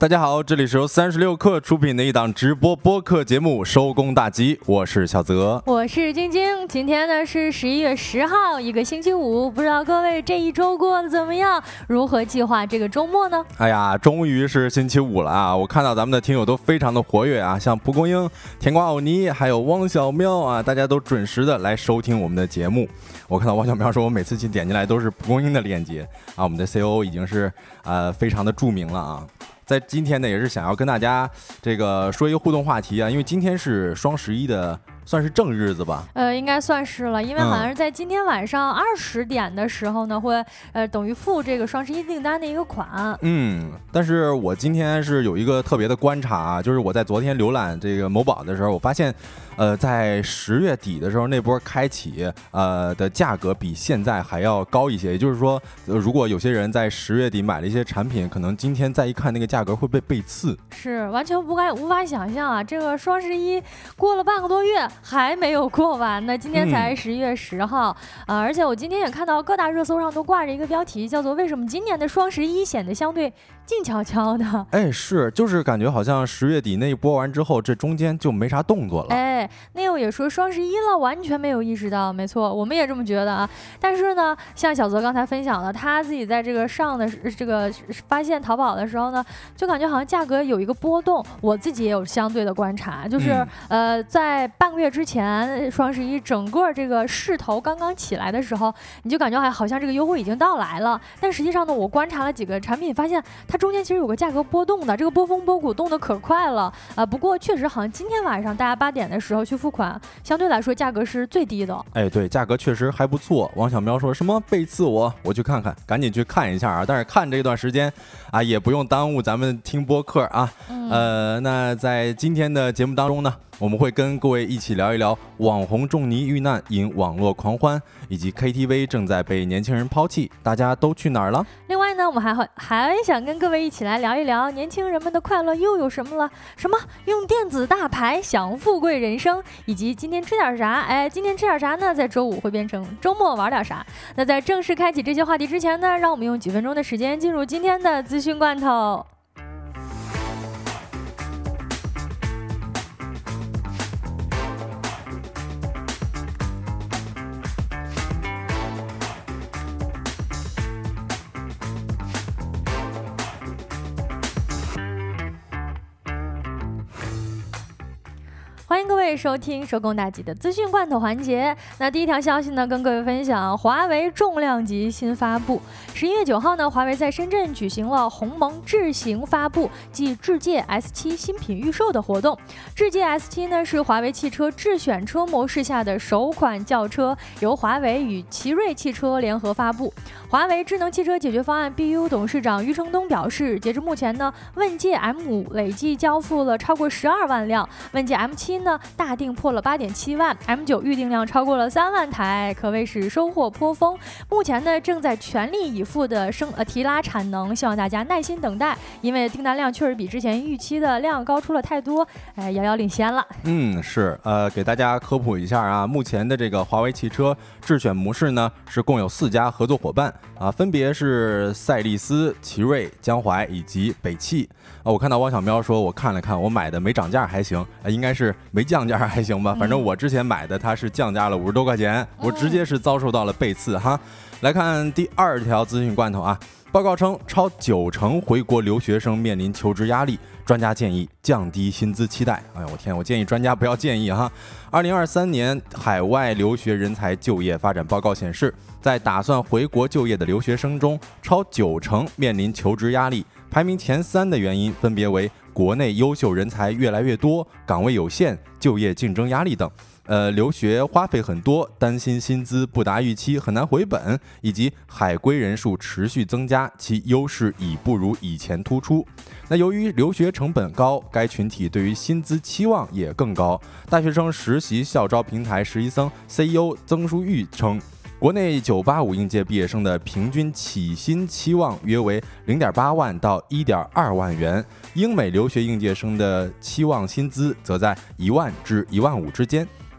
大家好，这里是由36氪出品的一档直播播客节目《收工大吉》，我是小泽， 我是晶晶。今天呢是11月10号，一个星期五，不知道各位这一周过得怎么样？如何计划这个周末呢？ 哎呀，终于是星期五了啊！我看到咱们的听友都非常的活跃啊，像蒲公英、甜瓜欧尼还有汪小喵啊，大家都准时的来收听我们的节目。我看到汪小喵说，我每次去点进来都是蒲公英的链接啊，我们的 COO 已经是非常的著名了啊。在今天呢，也是想要跟大家这个说一个互动话题啊，因为今天是双11的，算是正日子吧？ 应该算是了，因为好像是在今天晚上20点的时候呢，会等于付这个双11订单的一个款。 但是我今天是有一个特别的观察啊，就是我在昨天浏览这个某宝的时候，我发现，在10月底的时候那波开启的价格比现在还要高一些，也就是说，如果有些人在10月底买了一些产品，可能今天再一看那个价格会被背刺， 是完全无法想象啊！这个双11过了半个多月还没有过完呢，今天才11月10号而且我今天也看到各大热搜上都挂着一个标题，叫做为什么今年的双11显得相对静悄悄的。 就是感觉好像10月底那一波完之后，这中间就没啥动作了。 那我也说双11了，完全没有意识到，没错，我们也这么觉得啊。但是呢，像小泽刚才分享的，他自己在这个发现淘宝的时候呢，就感觉好像价格有一个波动。我自己也有相对的观察，就是在半个月之前，双11整个这个势头刚刚起来的时候，你就感觉好像这个优惠已经到来了。但实际上呢，我观察了几个产品，发现它中间其实有个价格波动的，这个波峰波谷动得可快了不过确实好像今天晚上大家8点的时候去付款，相对来说价格是最低的。 对，价格确实还不错。王小喵说什么背刺我去看看，赶紧去看一下啊！但是看这段时间啊，也不用耽误咱们听播客啊。那在今天的节目当中呢，我们会跟各位一起聊一聊网红仲尼遇难引网络狂欢，以及 KTV 正在被年轻人抛弃，大家都去哪儿了？ 另外呢，我们还想跟各位一起来聊一聊年轻人们的快乐又有什么了？什么用电子大牌享富贵人生，以及今天吃点啥？今天吃点啥呢？在周五会变成周末玩点啥？那在正式开启这些话题之前呢，让我们用几分钟的时间进入今天的资讯罐头。欢迎各位收听收工大吉的资讯罐头环节。那第一条消息呢，跟各位分享华为重量级新发布。11月9号呢，华为在深圳举行了鸿蒙智行发布暨智界 S7 新品预售的活动。智界 S7 呢是华为汽车智选车模式下的首款轿车，由华为与奇瑞汽车联合发布。华为智能汽车解决方案 BU 董事长余承东表示，截至目前呢，问界 M5 累计交付了超过12万辆，问界 M7 呢大订破了8.7万， M9 预订量超过了3万台，可谓是收获颇丰。目前呢正在全力以赴的提拉产能，希望大家耐心等待，因为订单量确实比之前预期的量高出了太多，遥遥领先了。 是给大家科普一下啊，目前的这个华为汽车智选模式呢是共有4家合作伙伴分别是赛力斯、奇瑞、江淮以及北汽我看到汪小喵说，我看了看，我买的没涨价还行应该是没降价还行吧，反正我之前买的它是降价了50多块钱，我直接是遭受到了背刺哈。来看第2条资讯罐头啊，报告称超90%回国留学生面临求职压力，专家建议降低薪资期待。哎呀，我天，我建议专家不要建议哈。2023年海外留学人才就业发展报告显示，在打算回国就业的留学生中，超90%面临求职压力，排名前3的原因分别为国内优秀人才越来越多，岗位有限，就业竞争压力等。留学花费很多，担心薪资不达预期很难回本，以及海归人数持续增加，其优势已不如以前突出。那由于留学成本高，该群体对于薪资期望也更高。大学生实习校招平台实习生 CEO 曾书玉称，国内985应届毕业生的平均起薪期望约为0.8万到1.2万元，英美留学应届生的期望薪资则在1万至1万5之间。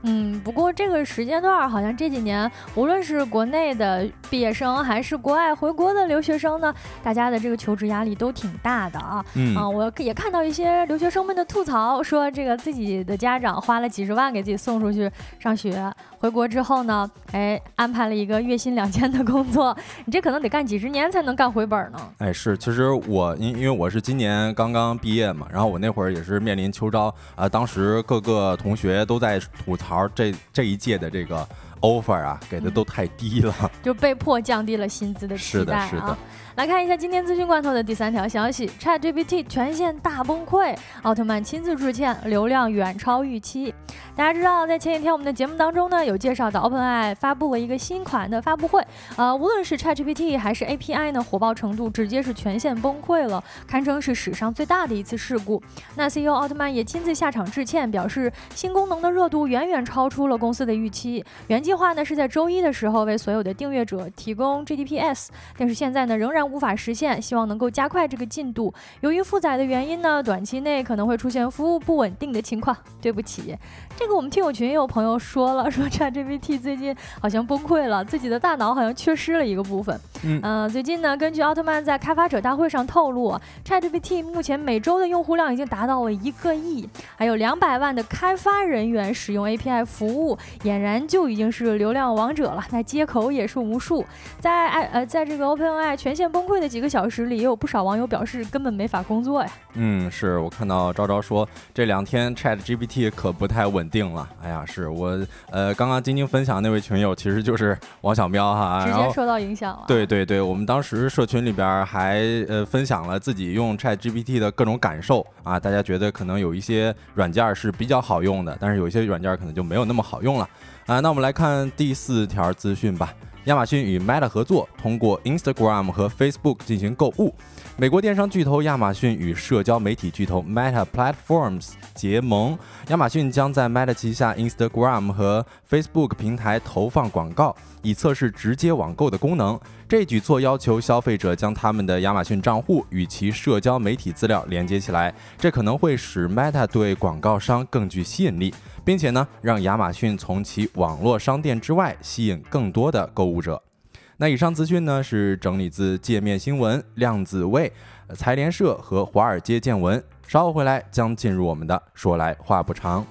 不过这个时间段好像这几年，无论是国内的毕业生，还是国外回国的留学生呢，大家的这个求职压力都挺大的啊。我也看到一些留学生们的吐槽，说这个自己的家长花了几十万给自己送出去上学，回国之后呢，安排了一个月薪2000的工作，你这可能得干几十年才能干回本呢。 是，其实我因为我是今年刚刚毕业嘛，然后我那会儿也是面临秋招当时各个同学都在吐槽这一届的这个 offer 啊，给的都太低了， 就被迫降低了薪资的期待啊。 是的。 来看一下今天资讯罐头的第3条消息 ，ChatGPT 全线大崩溃，奥特曼亲自致歉，流量远超预期。大家知道，在前几天我们的节目当中呢，有介绍到 OpenAI 发布了一个新款的发布会，无论是 ChatGPT 还是 API 呢，火爆程度直接是全线崩溃了，堪称是史上最大的一次事故。那 CEO 奥特曼也亲自下场致歉，表示新功能的热度远远超出了公司的预期。原计划呢是在周一的时候为所有的订阅者提供 GTPS， 但是现在呢仍然无法实现，希望能够加快这个进度。由于负载的原因呢，短期内可能会出现服务不稳定的情况。对不起，这个我们听友群也有朋友说了，说 ChatGPT 最近好像崩溃了，自己的大脑好像缺失了一个部分。最近呢，根据奥特曼在开发者大会上透露，ChatGPT 目前每周的用户量已经达到了1个亿，还有200万的开发人员使用 API 服务，俨然就已经是流量王者了。那接口也是无数，在这个 OpenAI 全线崩溃的几个小时里，也有不少网友表示根本没法工作呀。 是我看到昭昭说这2天 ChatGPT 可不太稳定了。哎呀，是我刚刚晶晶分享那位群友其实就是王小喵哈， 直接受到影响了。 对，我们当时社群里边还分享了自己用 ChatGPT 的各种感受啊，大家觉得可能有一些软件是比较好用的，但是有一些软件可能就没有那么好用了啊。那我们来看第4条资讯吧。亚马逊与 Meta 合作，通过 Instagram 和 Facebook 进行购物。美国电商巨头亚马逊与社交媒体巨头 Meta Platforms 结盟，亚马逊将在 Meta 旗下 Instagram 和 Facebook 平台投放广告，以测试直接网购的功能。这一举措要求消费者将他们的亚马逊账户与其社交媒体资料连接起来，这可能会使 Meta 对广告商更具吸引力，并且呢，让亚马逊从其网络商店之外吸引更多的购物者。那以上资讯呢是整理自界面新闻、量子位、财联社和华尔街见闻。稍后回来将进入我们的说来话不长。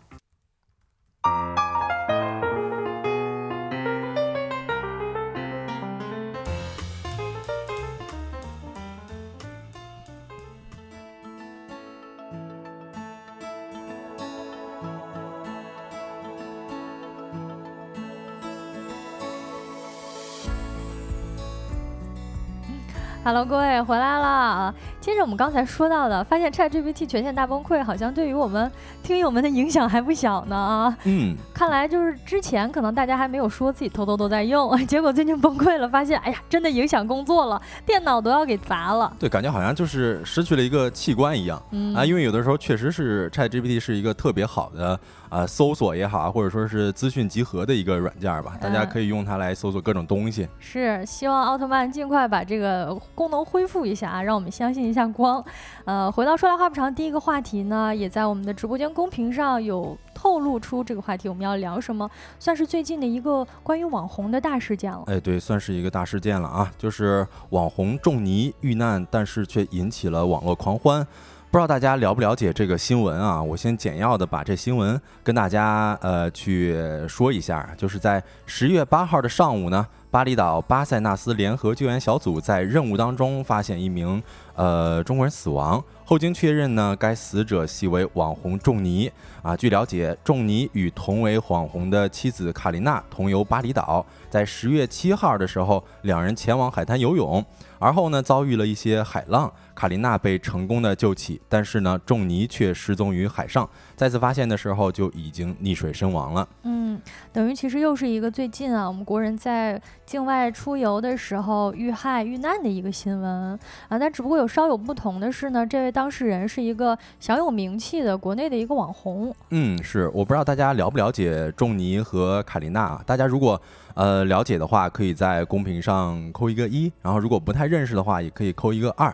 Hello， 各位回来了。接着我们刚才说到的，发现 ChatGPT 全线大崩溃，好像对于我们听友们的影响还不小呢啊。看来就是之前可能大家还没有说自己偷偷都在用，结果最近崩溃了，发现哎呀，真的影响工作了，电脑都要给砸了。 对，感觉好像就是失去了一个器官一样因为有的时候确实是 ChatGPT 是一个特别好的搜索也好，或者说是资讯集合的一个软件吧，大家可以用它来搜索各种东西。 是，希望奥特曼尽快把这个功能恢复一下啊，让我们相信一下光。回到说来话不长，第一个话题呢，也在我们的直播间公屏上有透露出这个话题我们要聊什么，算是最近的一个关于网红的大事件了。 对，算是一个大事件了啊，就是网红仲尼遇难，但是却引起了网络狂欢。不知道大家了不了解这个新闻啊？我先简要的把这新闻跟大家去说一下，就是在10月8号的上午呢，巴厘岛巴塞纳斯联合救援小组在任务当中发现一名中国人死亡，后经确认呢，该死者系为网红仲尼啊。据了解，仲尼与同为网红的妻子卡琳娜同游巴厘岛，在10月7号的时候，两人前往海滩游泳，而后呢遭遇了一些海浪，卡琳娜被成功的救起，但是呢仲尼却失踪于海上，再次发现的时候就已经溺水身亡了。 等于其实又是一个最近啊，我们国人在境外出游的时候遇害遇难的一个新闻啊。但只不过稍有不同的是呢，这位当事人是一个小有名气的国内的一个网红。 是，我不知道大家了不了解仲尼和卡琳娜啊？大家如果了解的话，可以在公屏上扣一个1，然后如果不太认识的话，也可以扣一个2。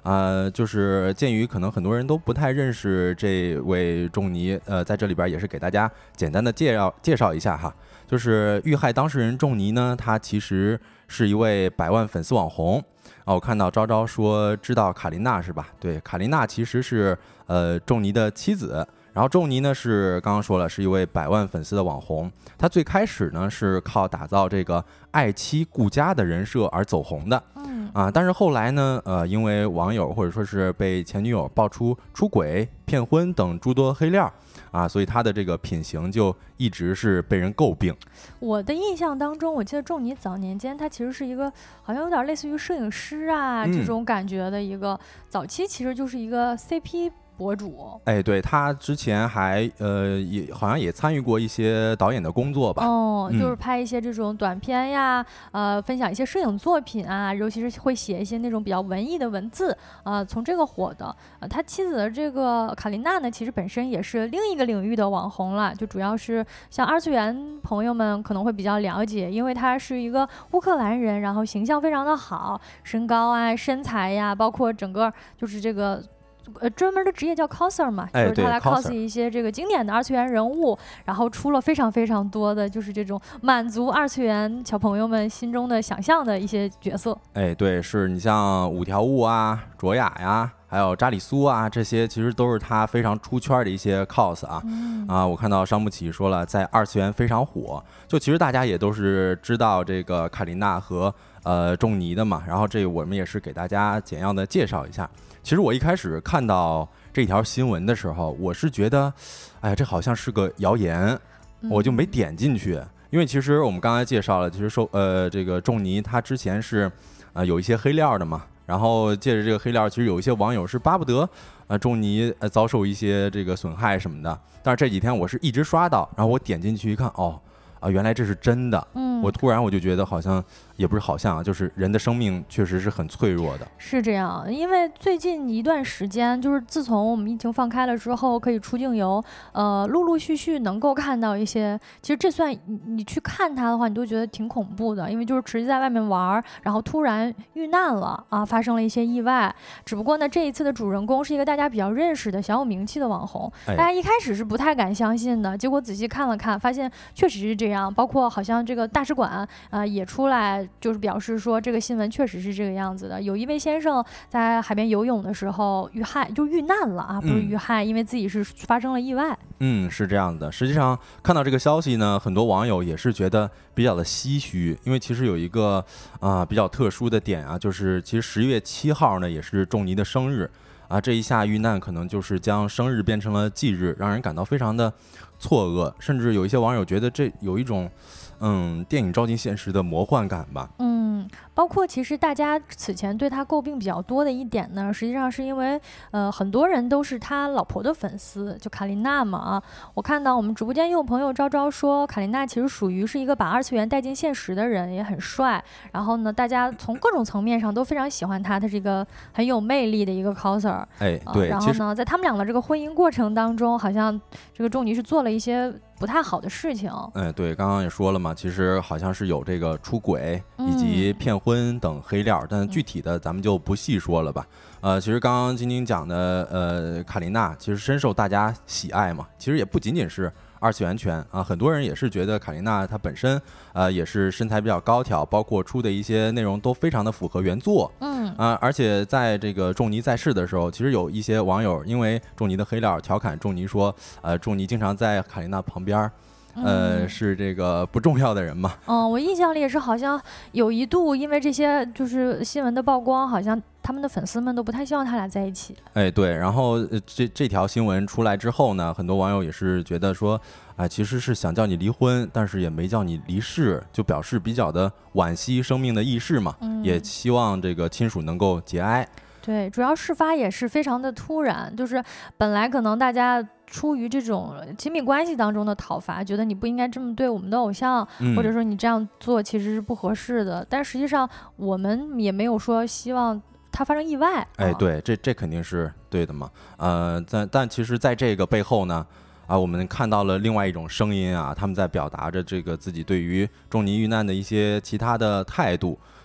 就是鉴于可能很多人都不太认识这位仲尼，在这里边也是给大家简单的介绍一下哈。就是遇害当事人仲尼呢，他其实是一位100万粉丝网红我看到昭昭说知道卡琳娜是吧？对，卡琳娜其实是仲尼的妻子。然后仲尼呢是刚刚说了是一位100万粉丝的网红，他最开始呢是靠打造这个爱妻顾家的人设而走红的，但是后来呢因为网友或者说是被前女友爆出出轨、骗婚等诸多黑料所以他的这个品行就一直是被人诟病。 我的印象当中，我记得仲尼早年间他其实是一个好像有点类似于摄影师这种感觉的一个，早期其实就是一个 CP博主。 对，他之前还也好像也参与过一些导演的工作吧。 就是拍一些这种短片呀，分享一些摄影作品尤其是会写一些那种比较文艺的文字从这个火的。他妻子的这个卡琳娜呢，其实本身也是另一个领域的网红了，就主要是像二次元朋友们可能会比较了解，因为他是一个乌克兰人，然后形象非常的好，身高身材呀，包括整个就是这个专门的职业叫 coser 嘛，就是他来 cos 一些这个经典的二次元人物，然后出了非常非常多的就是这种满足二次元小朋友们心中的想象的一些角色。 对，是你像五条悟卓雅呀，还有扎里苏这些其实都是他非常出圈的一些 cos 我看到商木起说了，在二次元非常火，就其实大家也都是知道这个卡琳娜和仲尼的嘛，然后这我们也是给大家简要的介绍一下。其实我一开始看到这条新闻的时候，我是觉得这好像是个谣言，我就没点进去，因为其实我们刚才介绍了，其实这个仲尼他之前是有一些黑料的嘛，然后借着这个黑料，其实有一些网友是巴不得仲尼遭受一些这个损害什么的，但是这几天我是一直刷到，然后我点进去一看，原来这是真的。我突然就觉得好像也不是好像就是人的生命确实是很脆弱的。 是这样，因为最近一段时间，就是自从我们疫情放开了之后，可以出境游，陆陆续续能够看到一些，其实这算你去看它的话，你都觉得挺恐怖的，因为就是持续在外面玩，然后突然遇难了发生了一些意外。只不过呢，这一次的主人公是一个大家比较认识的小有名气的网红，大家一开始是不太敢相信的，结果仔细看了看，发现确实是这样，包括好像这个大使馆也出来就是表示说这个新闻确实是这个样子的，有一位先生在海边游泳的时候遇难了不是遇害，因为自己是发生了意外。 是这样的。实际上看到这个消息呢，很多网友也是觉得比较的唏嘘，因为其实有一个比较特殊的点就是其实10月7号呢也是仲尼的生日这一下遇难可能就是将生日变成了忌日，让人感到非常的错愕，甚至有一些网友觉得这有一种电影照进现实的魔幻感吧。 包括其实大家此前对他诟病比较多的一点呢，实际上是因为很多人都是他老婆的粉丝，就卡琳娜嘛我看到我们直播间也有朋友昭说，卡琳娜其实属于是一个把二次元带进现实的人，也很帅，然后呢大家从各种层面上都非常喜欢他，他是一个很有魅力的一个 coser。 对， 然后呢在他们两个这个婚姻过程当中，好像这个仲尼是做了一些不太好的事情。 对，刚刚也说了嘛，其实好像是有这个出轨以及骗婚等黑料，但具体的咱们就不细说了吧。其实刚刚晶晶讲的卡琳娜其实深受大家喜爱嘛，其实也不仅仅是二次元圈很多人也是觉得卡琳娜她本身也是身材比较高挑，包括出的一些内容都非常的符合原作。而且在这个仲尼在世的时候，其实有一些网友因为仲尼的黑料调侃仲尼说仲尼经常在卡琳娜旁边是这个不重要的人嘛。 我印象里也是好像有一度因为这些就是新闻的曝光，好像他们的粉丝们都不太希望他俩在一起。 对，然后这条新闻出来之后呢，很多网友也是觉得说其实是想叫你离婚，但是也没叫你离世，就表示比较的惋惜生命的易逝嘛，也希望这个亲属能够节哀。 对，主要事发也是非常的突然，就是本来可能大家出于这种亲密关系当中的讨伐，觉得你不应该这么对我们的偶像，或者说你这样做其实是不合适的，但实际上我们也没有说希望他发生意外。 对，这肯定是对的嘛。但其实在这个背后呢我们看到了另外一种声音他们在表达着这个自己对于仲尼遇难的一些其他的态度。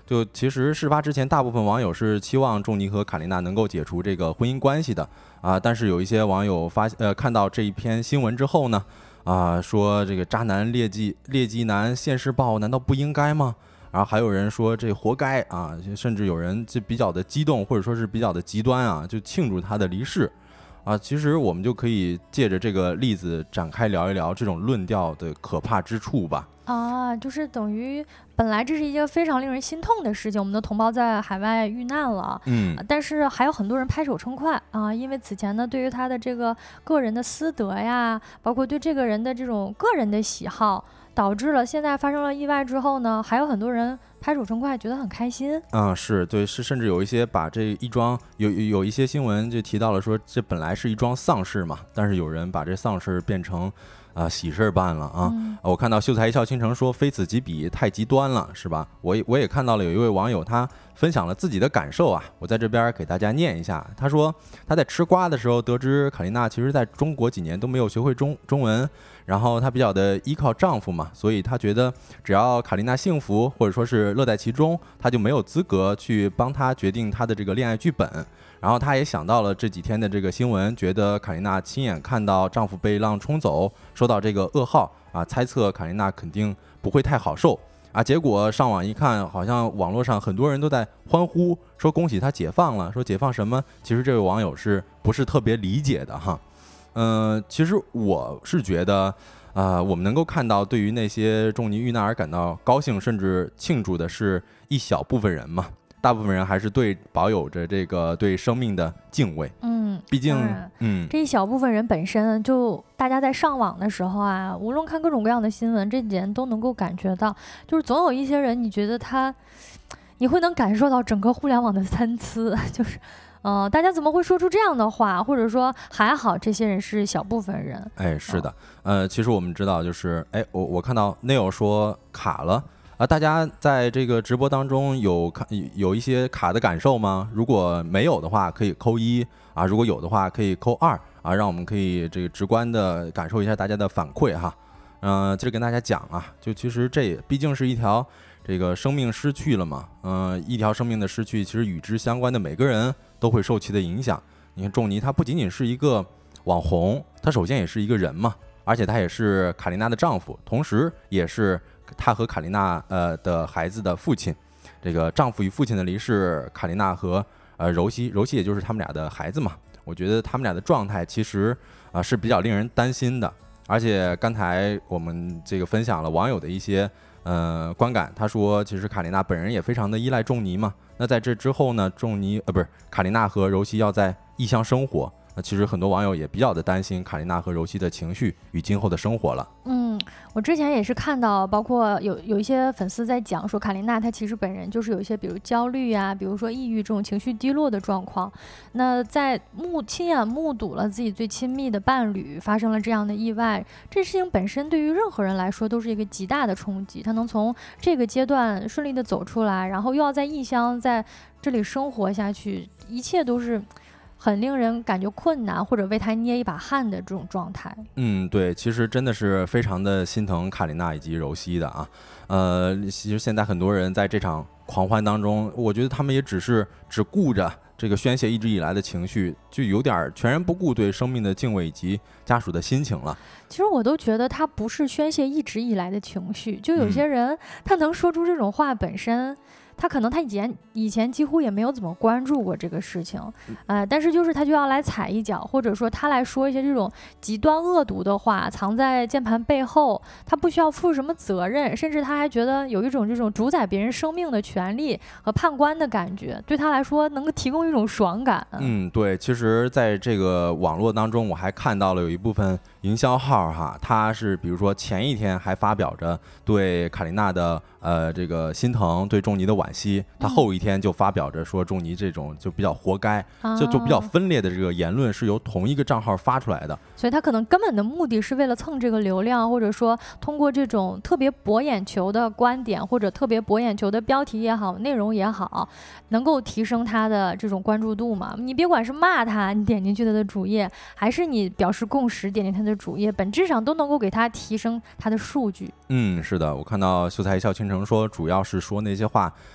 就其实事发之前，大部分网友是期望仲尼和卡琳娜能够解除这个婚姻关系的啊，但是有一些网友看到这一篇新闻之后呢，说这个渣男劣迹男现世报难道不应该吗？然后还有人说这活该啊，甚至有人就比较的激动，或者说是比较的极端啊，就庆祝他的离世啊。其实我们就可以借着这个例子展开聊一聊这种论调的可怕之处吧。 就是等于本来这是一个非常令人心痛的事情，我们的同胞在海外遇难了，但是还有很多人拍手称快啊，因为此前呢，对于他的这个个人的私德呀，包括对这个人的这种个人的喜好，导致了现在发生了意外之后呢，还有很多人拍手称快，觉得很开心。 是对，甚至有一些把这一桩有一些新闻就提到了说，这本来是一桩丧事嘛，但是有人把这丧事变成喜事办了啊！我看到秀才一笑倾城说非此即彼，太极端了，是吧？我也看到了有一位网友他分享了自己的感受啊，我在这边给大家念一下。他说他在吃瓜的时候得知卡琳娜其实在中国几年都没有学会中文，然后她比较的依靠丈夫嘛，所以她觉得只要卡琳娜幸福或者说是乐在其中，她就没有资格去帮她决定她的这个恋爱剧本。然后她也想到了这几天的这个新闻，觉得卡琳娜亲眼看到丈夫被浪冲走，收到这个噩耗啊，猜测卡琳娜肯定不会太好受啊。结果上网一看，好像网络上很多人都在欢呼，说恭喜她解放了，说解放什么？其实这位网友是不是特别理解的哈？其实我是觉得我们能够看到，对于那些仲尼遇难而感到高兴甚至庆祝的是一小部分人嘛。大部分人还是保有着这个对生命的敬畏。毕竟这一小部分人本身就大家在上网的时候啊，无论看各种各样的新闻，这几年都能够感觉到，就是总有一些人，你觉得你会能感受到整个互联网的参差，就是大家怎么会说出这样的话，或者说还好这些人是小部分人。 是的，其实我们知道，就是我看到 Neil 说卡了。大家在这个直播当中有一些卡的感受吗？如果没有的话，可以扣1啊；如果有的话，可以扣2啊，让我们可以这个直观的感受一下大家的反馈哈。接着跟大家讲啊，就其实这毕竟是一条这个生命失去了嘛，一条生命的失去，其实与之相关的每个人都会受其的影响。你看仲尼他不仅仅是一个网红，他首先也是一个人嘛，而且他也是卡琳娜的丈夫，同时也是她和卡琳娜的孩子的父亲。这个丈夫与父亲的离世，卡琳娜和柔西也就是他们俩的孩子嘛。我觉得他们俩的状态其实是比较令人担心的。而且刚才我们这个分享了网友的一些观感，他说其实卡琳娜本人也非常的依赖仲尼嘛。那在这之后呢，卡琳娜和柔西要在异乡生活。其实很多网友也比较的担心卡琳娜和柔西的情绪与今后的生活了。 我之前也是看到，包括有一些粉丝在讲说，卡琳娜她其实本人就是有一些比如焦虑啊，比如说抑郁这种情绪低落的状况。那在亲眼目睹了自己最亲密的伴侣发生了这样的意外，这事情本身对于任何人来说都是一个极大的冲击。他能从这个阶段顺利的走出来，然后又要在异乡在这里生活下去，一切都是很令人感觉困难，或者为他捏一把汗的这种状态。 对，其实真的是非常的心疼卡琳娜以及柔西的啊。其实现在很多人在这场狂欢当中，我觉得他们也只顾着这个宣泄一直以来的情绪，就有点全然不顾对生命的敬畏以及家属的心情了。 其实我都觉得他不是宣泄一直以来的情绪，就有些人他能说出这种话本身。他可能以前几乎也没有怎么关注过这个事情，但是就是他就要来踩一脚，或者说他来说一些这种极端恶毒的话，藏在键盘背后，他不需要负什么责任，甚至他还觉得有一种这种主宰别人生命的权利和判官的感觉，对他来说能够提供一种爽感。 对，其实在这个网络当中，我还看到了有一部分营销号哈，他是比如说前一天还发表着对卡琳娜的这个心疼，对仲尼的惋惜，他后一天就发表着说仲尼这种就比较活该，就比较分裂的这个言论是由同一个账号发出来的， 所以他可能根本的目的是为了蹭这个流量，或者说通过这种特别博眼球的观点或者特别博眼球的标题也好，内容也好，能够提升他的这种关注度嘛。你别管是骂他，你点进去他的主页，还是你表示共识点进他的主页，本质上都能够给他提升他的数据。 是的，我看到秀才一笑倾城说主要是说那些话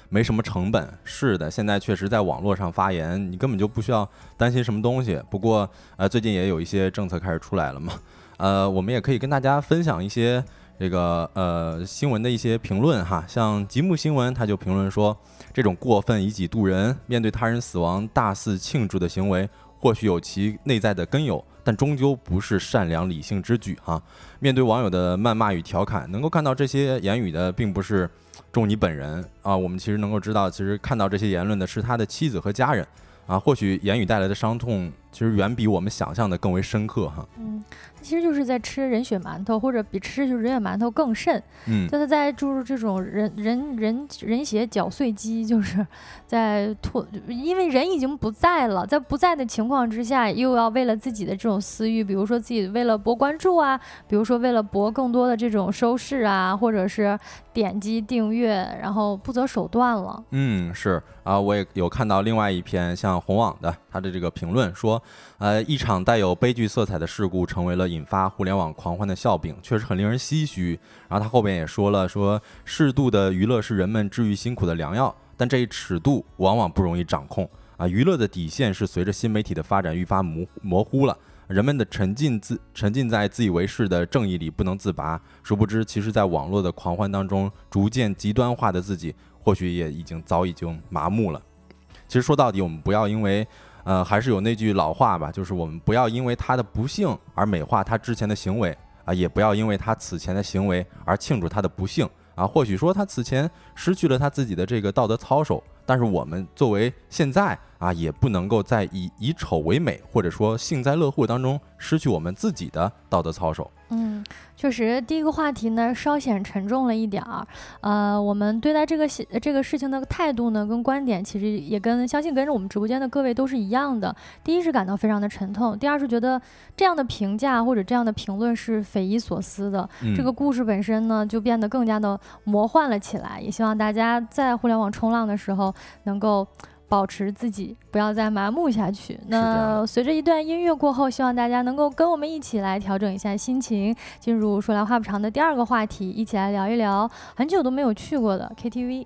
没什么成本。是的，现在确实在网络上发言，你根本就不需要担心什么东西。不过最近也有一些政策开始出来了嘛，我们也可以跟大家分享一些这个新闻的一些评论哈。像极目新闻他就评论说，这种过分以己度人，面对他人死亡大肆庆祝的行为，或许有其内在的根由，但终究不是善良理性之举哈。面对网友的谩骂与调侃，能够看到这些言语的并不是仲尼本人啊，我们其实能够知道，其实看到这些言论的是他的妻子和家人啊。或许言语带来的伤痛，其实远比我们想象的更为深刻哈。 其实就是在吃人血馒头，或者比吃人血馒头更甚。就是在注入这种人血搅碎机，就是在因为人已经不在了，在不在的情况之下，又要为了自己的这种私欲，比如说自己为了博关注啊，比如说为了博更多的这种收视啊，或者是点击订阅，然后不择手段了。 是啊，我也有看到另外一篇像红网的他的这个评论说，一场带有悲剧色彩的事故成为了引发互联网狂欢的笑柄，确实很令人唏嘘。然后他后边也说了，说适度的娱乐是人们治愈辛苦的良药，但这一尺度往往不容易掌控啊。娱乐的底线是随着新媒体的发展愈发模糊了，人们的沉浸在自以为是的正义里不能自拔，殊不知其实在网络的狂欢当中逐渐极端化的自己，或许也早已经麻木了。其实说到底，我们不要因为还是有那句老话吧，就是我们不要因为他的不幸而美化他之前的行为啊，也不要因为他此前的行为而庆祝他的不幸啊。或许说他此前失去了他自己的这个道德操守，但是我们作为现在啊，也不能够在以丑为美，或者说幸灾乐祸当中失去我们自己的道德操守。 确实，第一个话题呢稍显沉重了一点儿。我们对待这个事情的态度呢，跟观点其实也相信跟着我们直播间的各位都是一样的。第一是感到非常的沉痛，第二是觉得这样的评价或者这样的评论是匪夷所思的。这个故事本身呢就变得更加的魔幻了起来。也希望大家在互联网冲浪的时候能够保持自己，不要再麻木下去。那随着一段音乐过后，希望大家能够跟我们一起来调整一下心情，进入说来话不长的第二个话题，一起来聊一聊很久都没有去过的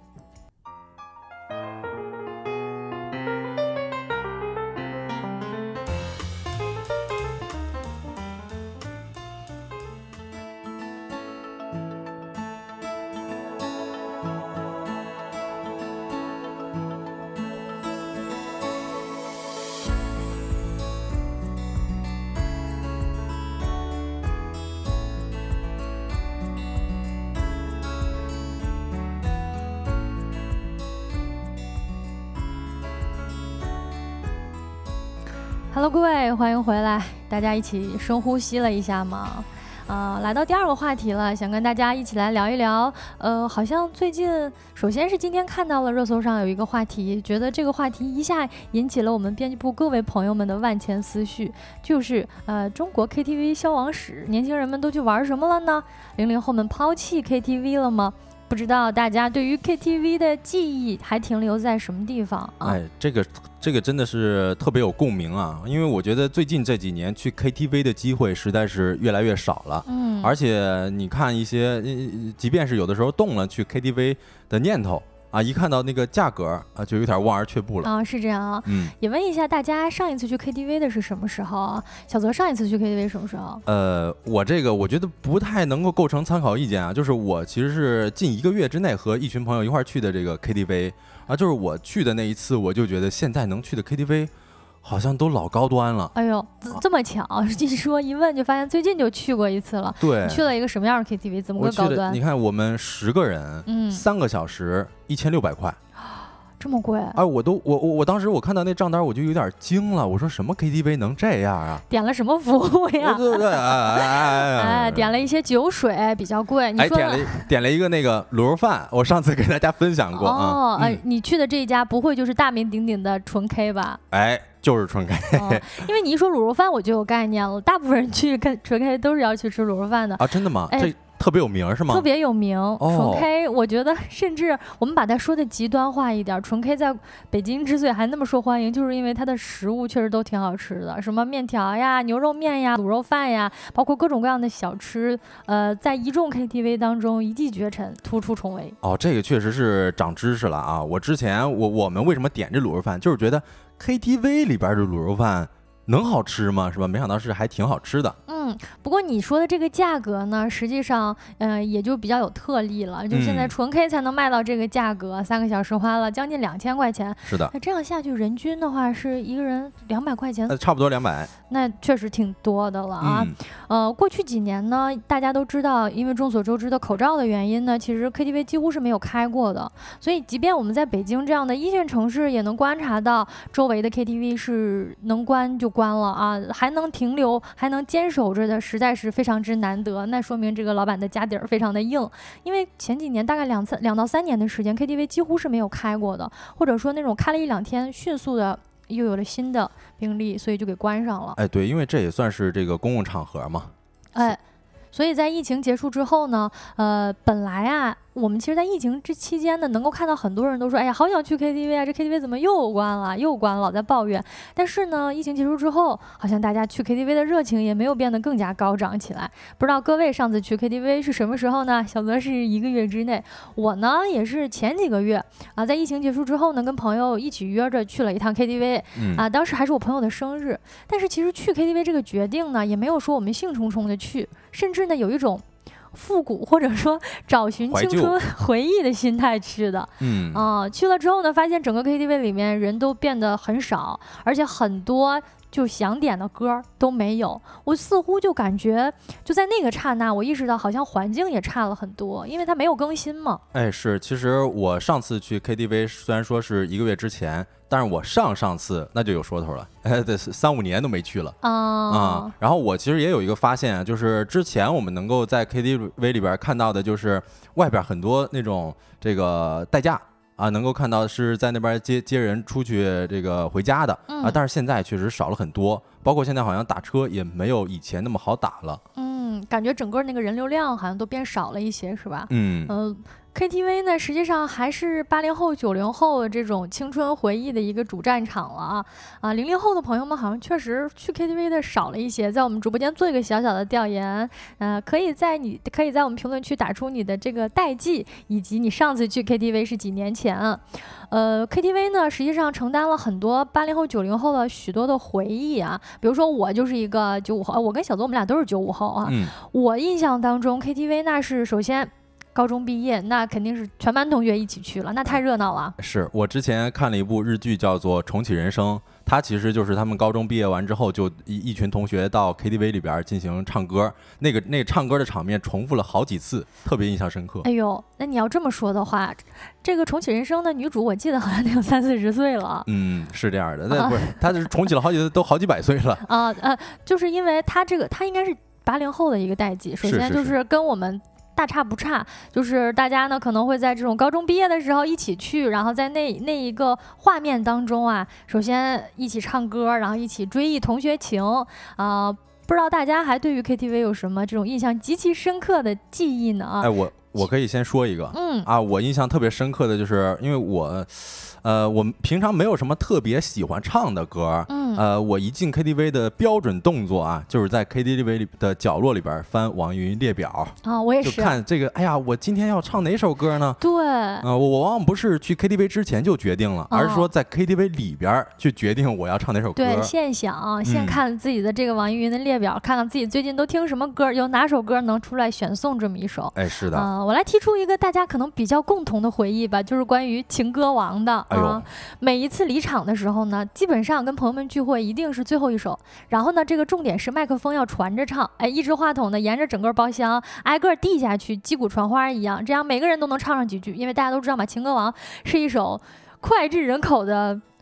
KTV。Hello， 各位，欢迎回来，大家一起深呼吸了一下嘛。来到第二个话题了，想跟大家一起来聊一聊。好像最近，首先是今天看到了热搜上有一个话题，觉得这个话题一下引起了我们编辑部各位朋友们的万千思绪，就是中国 KTV 消亡史，年轻人们都去玩什么了呢？00后们抛弃 KTV 了吗？不知道大家对于 KTV 的记忆还停留在什么地方啊？ 这个真的是特别有共鸣啊，因为我觉得最近这几年去 KTV 的机会实在是越来越少了。而且你看一些，即便是有的时候动了去 KTV 的念头啊，一看到那个价格啊，就有点望而却步了。 是这样啊。也问一下大家，上一次去 KTV 的是什么时候啊？小泽上一次去 KTV 什么时候？ 我觉得不太能够构成参考意见啊。就是我其实是近1个月之内和一群朋友一块去的这个 KTV 啊，就是我去的那一次，我就觉得现在能去的 KTV 好像都老高端了。 哎呦，这么巧！一说一问就发现最近就去过一次了。 对， 你去了一个什么样的 KTV？ 怎么个高端？ 你看我们10个人，3个小时1600块。 这么贵？ 我当时我看到那账单我就有点惊了，我说什么 KTV 能这样啊？ 点了什么服务呀？ 对， 点了一些酒水比较贵。你说点了一个那个卤肉饭，我上次给大家分享过。 你去的这一家不会就是大名鼎鼎的纯 K 吧？ 就是纯 K。 因为你一说卤肉饭我就有概念了，大部分人去纯 K 都是要去吃卤肉饭的啊？真的吗？ 特别有名是吗？ 特别有名，纯 K，我觉得甚至我们把它说的极端化一点，纯 K 在北京之所以还那么受欢迎，就是因为它的食物确实都挺好吃的，什么面条呀、牛肉面呀、卤肉饭呀，包括各种各样的小吃，在一众 KTV 当中一骑绝尘，突出重围。 哦，这个确实是长知识了啊！我之前我们为什么点这卤肉饭，就是觉得 KTV 里边的卤肉饭能好吃吗？是吧？没想到是还挺好吃的。 不过你说的这个价格呢，实际上，也就比较有特例了。就现在纯 K 才能卖到这个价格，3个小时花了将近2000块钱。 是的。 那这样下去，人均的话是一个人200块钱， 差不多200。 那确实挺多的了啊。过去几年呢，大家都知道，因为众所周知的口罩的原因呢，其实 KTV 几乎是没有开过的。所以，即便我们在北京这样的一线城市，也能观察到周围的 KTV 是能关就关了啊，还能停留，还能坚守着的，实在是非常之难得。那说明这个老板的家底儿非常的硬，因为前几年大概2到3年的时间 ，KTV 几乎是没有开过的，或者说那种开了1-2天，迅速的又有了新的病例，所以就给关上了。 哎，对，因为这也算是这个公共场合嘛。 所以在疫情结束之后呢，本来啊，我们其实，在疫情这期间呢，能够看到很多人都说，哎呀，好想去 KTV 啊，这 KTV 怎么又关了，又关了，老在抱怨。但是呢，疫情结束之后，好像大家去 KTV 的热情也没有变得更加高涨起来。不知道各位上次去 KTV 是什么时候呢？小泽是1个月之内，我呢也是前几个月啊，在疫情结束之后呢，跟朋友一起约着去了一趟 KTV 啊，当时还是我朋友的生日。但是其实去 KTV 这个决定呢，也没有说我们兴冲冲的去，甚至呢有一种复古或者说找寻青春回忆的心态去的。去了之后呢，发现整个 KTV 里面人都变得很少，而且很多就想点的歌都没有。我似乎就感觉就在那个刹那，我意识到好像环境也差了很多，因为它没有更新嘛。 哎，是，其实我上次去 KTV 虽然说是1个月之前，但是我上次那就有说头了，对，3-5年都没去了然后我其实也有一个发现，就是之前我们能够在 KTV 里边看到的，就是外边很多那种这个代驾啊，能够看到是在那边接人出去这个回家的但是现在确实少了很多，包括现在好像打车也没有以前那么好打了。 感觉整个那个人流量好像都变少了一些，是吧？KTV 呢，实际上还是80后、90后这种青春回忆的一个主战场了00后的朋友们好像确实去 KTV 的少了一些。在我们直播间做一个小小的调研，可以在我们评论区打出你的这个代际，以及你上次去 KTV 是几年前KTV 呢，实际上承担了很多80后、90后的许多的回忆啊。比如说我就是一个95后，我跟小泽我们俩都是95后啊。我印象当中 KTV 那是首先高中毕业，那肯定是全班同学一起去了，那太热闹了。 是我之前看了一部日剧叫做《重启人生》，它其实就是他们高中毕业完之后，就一群同学到 KTV 里边进行唱歌，那个唱歌的场面重复了好几次，特别印象深刻。 哎呦，那你要这么说的话，这个《重启人生》的女主我记得好像得有30-40岁了。 是这样的，那不是她是重启了好几次，都好几百岁了就是因为她应该是80后的一个代际，首先就是跟我们大差不差，就是大家呢可能会在这种高中毕业的时候一起去，然后在那一个画面当中啊，首先一起唱歌，然后一起追忆同学情不知道大家还对于 KTV 有什么这种印象极其深刻的记忆呢我可以先说一个我印象特别深刻的就是因为我平常没有什么特别喜欢唱的歌我一进 KTV 的标准动作就是在 KTV 里的角落里边翻网易云列表我也是就看这个，哎呀，我今天要唱哪首歌呢？ 对我往往不是去 KTV 之前就决定了，而是说在 KTV 里边去决定我要唱哪首歌。 对，现想先看自己的这个网易云的列表，看看自己最近都听什么歌，有哪首歌能出来选送这么一首。 哎，是的我来提出一个大家可能比较共同的回忆吧，就是关于情歌王的每一次离场的时候呢，基本上跟朋友们聚会一定是最后一首，然后呢这个重点是麦克风要传着唱，一支话筒呢沿着整个包厢挨个递下去，击鼓传花一样，这样每个人都能唱上几句，因为大家都知道嘛，情歌王是一首脍炙人口的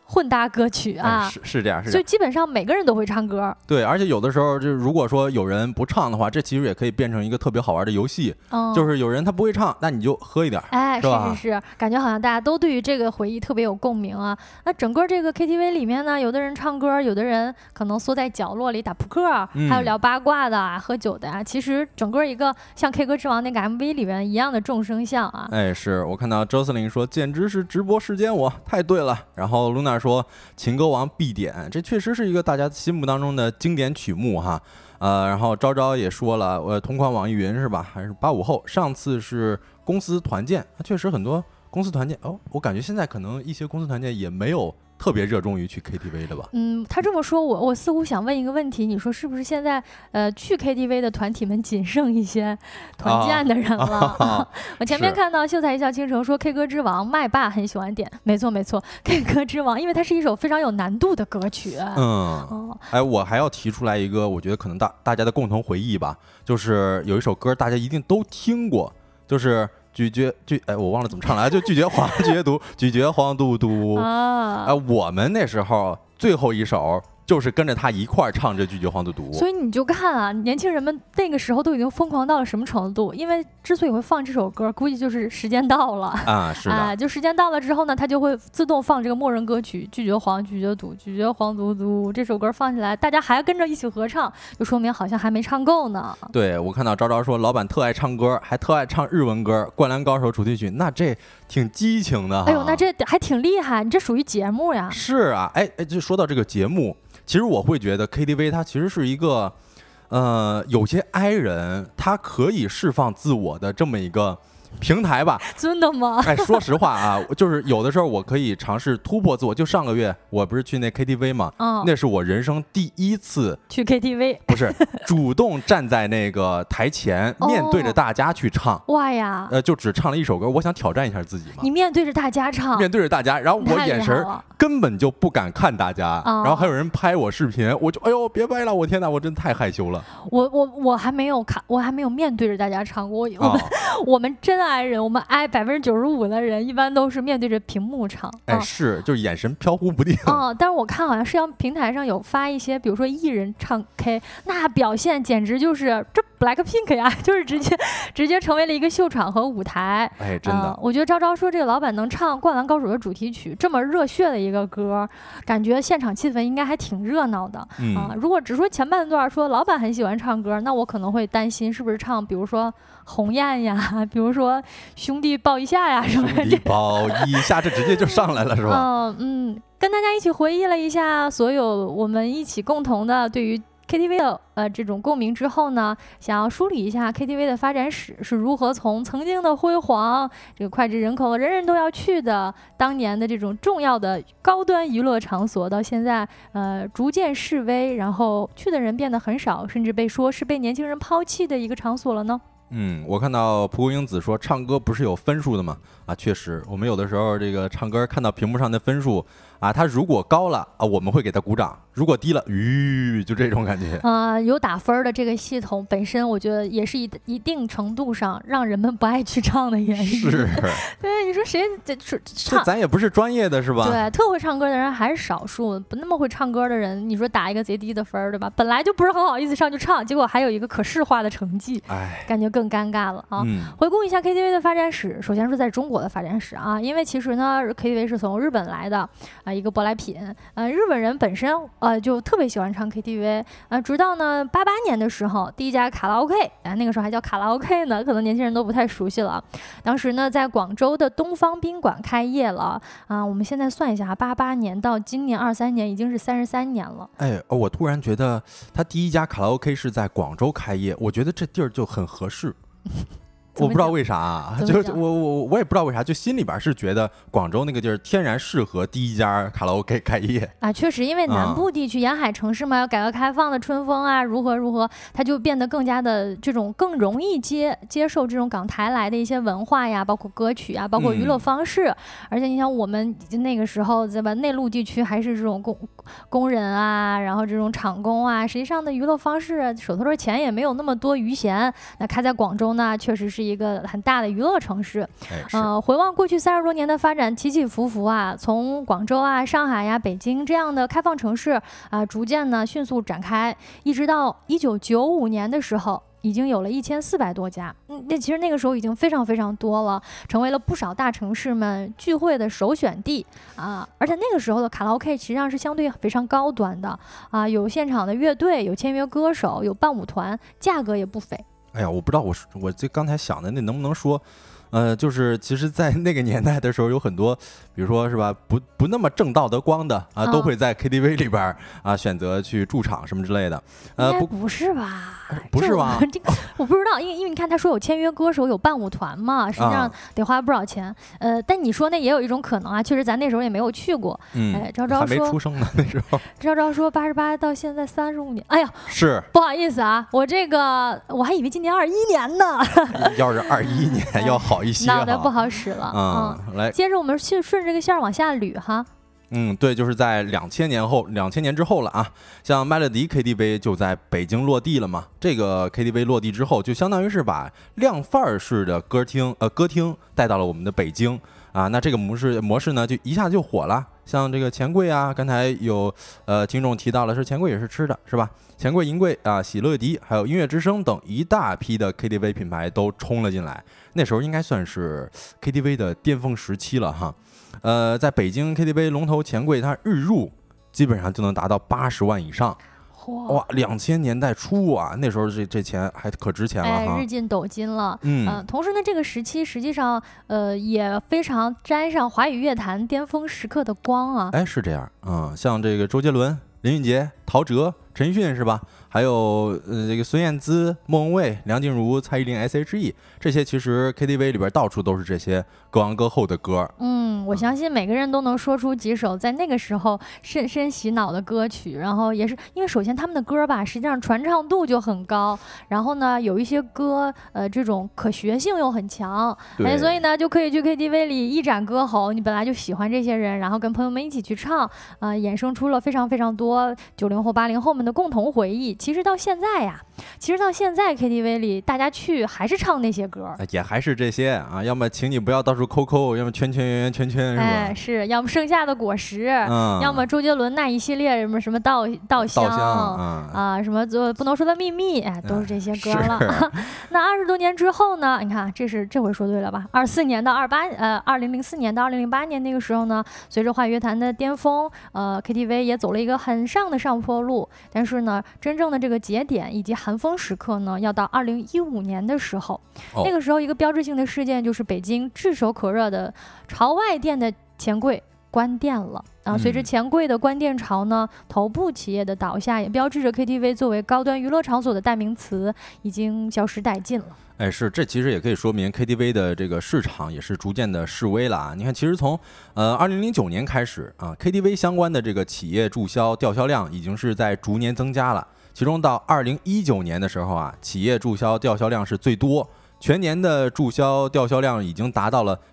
混搭歌曲啊， 是这样， 所以基本上每个人都会唱歌。 对，而且有的时候就如果说有人不唱的话，这其实也可以变成一个特别好玩的游戏，就是有人他不会唱，那你就喝一点， 哎， 是吧？ 是，感觉好像大家都对于这个回忆特别有共鸣啊。那整个这个 KTV 里面呢，有的人唱歌，有的人可能缩在角落里打扑克，还有聊八卦的啊，喝酒的啊。其实整个一个像 K 歌之王那个 MV 里面一样的众生相啊。 哎，是我看到周司令说简直是直播时间我太对了。然后 Luna 说情歌王必点，这确实是一个大家心目当中的经典曲目哈。然后昭昭也说了，同款网易云是吧？还是85后？上次是公司团建，确实很多公司团建我感觉现在可能一些公司团建也没有特别热衷于去 KTV 的吧？ 他这么说，我似乎想问一个问题，你说是不是现在去 KTV 的团体们仅剩一些团建的人了？我前面看到秀才一笑倾城说 K 歌之王麦霸很喜欢点，没错 K 歌之王，因为它是一首非常有难度的歌曲。 我还要提出来一个，我觉得可能大家的共同回忆吧，就是有一首歌大家一定都听过，就是我忘了怎么唱了，就拒绝黄拒绝毒拒绝黄嘟嘟我们那时候最后一首就是跟着他一块儿唱这拒绝黄嘟嘟。 所以你就看啊，年轻人们那个时候都已经疯狂到了什么程度？因为之所以会放这首歌，估计就是时间到了啊，是的， 就时间到了之后呢，他就会自动放这个默认歌曲拒绝黄拒绝毒拒绝黄嘟嘟这首歌放起来，大家还跟着一起合唱，就说明好像还没唱够呢。 对，我看到昭昭说老板特爱唱歌，还特爱唱日文歌，《灌篮高手》主题曲，那这挺激情的哈。 哎呦，那这还挺厉害，你这属于节目呀。 是啊，就说到这个节目，其实我会觉得 KTV 它其实是一个，有些 I 人他可以释放自我的这么一个平台吧。 真的吗？ 说实话啊，就是有的时候我可以尝试突破自我。就上个月我不是去那 KTV 吗？那是我人生第一次去 KTV， 不是主动站在那个台前面对着大家去唱。 哇呀！ 就只唱了一首歌，我想挑战一下自己嘛。 你面对着大家唱， 面对着大家，然后我眼神根本就不敢看大家，然后还有人拍我视频，我就哎呦别拍了，我天哪，我真太害羞了。 我还没有看，我还没有面对着大家唱过。我们真爱人，我们爱95%的人，一般都是面对着屏幕唱。 是，就是眼神飘忽不定。 但是我看好像社交平台上有发一些，比如说艺人唱 K， 那表现简直就是这 BLACKPINK 呀，就是直接成为了一个秀场和舞台。 真的。 我觉得昭昭说这个老板能唱《灌篮高手》的主题曲，这么热血的一个歌，感觉现场气氛应该还挺热闹的。如果只说前半段说老板很喜欢唱歌，那我可能会担心是不是唱，比如说鸿雁呀，比如说兄弟抱一下呀什么的。 兄弟抱一下，这直接就上来了是吧？ 跟大家一起回忆了一下所有我们一起共同的对于 KTV 的这种共鸣之后呢，想要梳理一下 KTV 的发展史是如何从曾经的辉煌，这个脍炙人口人人都要去的当年的这种重要的高端娱乐场所，到现在逐渐式微，然后去的人变得很少，甚至被说是被年轻人抛弃的一个场所了呢？ 我看到蒲公英子说唱歌不是有分数的吗？确实，我们有的时候这个唱歌看到屏幕上的分数它如果高了我们会给他鼓掌；如果低了，就这种感觉有打分的这个系统本身，我觉得也是一定程度上让人们不爱去唱的原因。 是， 对，你说谁唱？咱也不是专业的，是吧？ 对，特会唱歌的人还是少数，不那么会唱歌的人，你说打一个贼低的分，对吧？本来就不是很好意思上去唱，结果还有一个可视化的成绩，感觉更尴尬了啊！回顾一下 KTV 的发展史，首先是在中国的发展史啊，因为其实呢 KTV 是从日本来的一个舶来品。日本人本身就特别喜欢唱 KTV 直到呢88年的时候，第一家卡拉 OK 那个时候还叫卡拉 OK 呢，可能年轻人都不太熟悉了。当时呢在广州的东方宾馆开业了我们现在算一下88年到今年23年已经是33年了。 我突然觉得他第一家卡拉 OK 是在广州开业，我觉得这地儿就很合适。我不知道为啥就我也不知道为啥，就心里边是觉得广州那个地儿天然适合第一家卡拉 OK 开业确实，因为南部地区沿海城市嘛，改革开放的春风如何，它就变得更加的这种更容易接受这种港台来的一些文化呀，包括歌曲呀，包括娱乐方式。而且你想我们那个时候对吧，内陆地区还是这种工人然后这种厂工实际上的娱乐方式手头的钱也没有那么多余闲，那开在广州呢确实是一个很大的娱乐城市。 哎， 回望过去30多年的发展，起起伏伏啊，从广州啊、上海呀、北京这样的开放城市啊，逐渐呢迅速展开，一直到1995年的时候。已经有了1400多家，那其实那个时候已经非常非常多了，成为了不少大城市们聚会的首选地啊！而且那个时候的卡拉 OK 实际上是相对非常高端的啊，有现场的乐队，有签约歌手，有伴舞团，价格也不菲。 哎呀，我不知道我这刚才想的那能不能说。就是其实，在那个年代的时候，有很多，比如说是吧，不那么正道德光的啊，都会在 KTV 里边啊选择去驻场什么之类的。 不是吧？ 不是吧？ 这个我不知道，因为你看他说有签约歌手，有伴舞团嘛，实际上得花不少钱。但你说那也有一种可能啊，确实咱那时候也没有去过。昭昭说还没出生呢那时候。 昭昭说88到现在35年，哎呀， 是不好意思啊，我还以为今年21年呢。 要是21年要好一些， 脑袋不好使了。 来， 接着我们顺这个线往下捋哈。 对，就是在2000年之后了啊。像麦乐迪 KTV 就在北京落地了嘛。这个 KTV 落地之后，就相当于是把量贩儿式的歌厅带到了我们的北京啊。那这个模式呢，就一下就火了。像这个钱柜啊，刚才有听众提到了，是钱柜也是吃的，是吧？钱柜、银柜啊、喜乐迪，还有音乐之声等一大批的 KTV 品牌都冲了进来。那时候应该算是 KTV 的巅峰时期了哈。在北京 KTV 龙头钱柜，它日入基本上就能达到80万以上。哇，2000年代初啊，那时候这钱还可值钱了哈， 日进斗金了。同时呢，这个时期实际上也非常沾上华语乐坛巅峰时刻的光啊。 哎，是这样像这个周杰伦、林俊杰、陶喆、陈奕迅是吧？还有这个孙燕姿、莫文蔚、梁静茹、蔡依林、S.H.E 这些，其实 KTV 里边到处都是这些歌王歌后的歌。 我相信每个人都能说出几首在那个时候深深洗脑的歌曲。然后也是因为首先他们的歌吧，实际上传唱度就很高，然后呢有一些歌这种可学性又很强，所以呢就可以去 KTV 里一展歌喉。你本来就喜欢这些人，然后跟朋友们一起去唱，衍生出了非常非常多90后、80后们的共同回忆。其实到现在 KTV 里大家去还是唱那些歌， 也还是这些啊，要么请你不要到处抠，要么圈圆圈是吧？ 是，要么盛夏的果实，要么周杰伦那一系列什么稻香啊，什么不能说的秘密，都是这些歌了。那20多年之后呢？你看，这回说对了吧？2004年到2004年到2008年那个时候呢，随着华语乐坛的巅峰，KTV 也走了一个很上的上坡路。但是呢，真正的这个节点以及寒风时刻呢，要到2015年的时候。那个时候一个标志性的事件就是北京炙手可热的朝外店的钱柜关店了啊！随着钱柜的关店潮呢，头部企业的倒下，也标志着 KTV 作为高端娱乐场所的代名词已经消失殆尽了。 这其实也可以说明 KTV 的这个市场也是逐渐的式微了啊。你看，其实从2009年开始啊 ，KTV 相关的这个企业注销吊销量已经是在逐年增加了。其中到2019年的时候啊，企业注销吊销量是最多，全年的注销吊销量已经达到了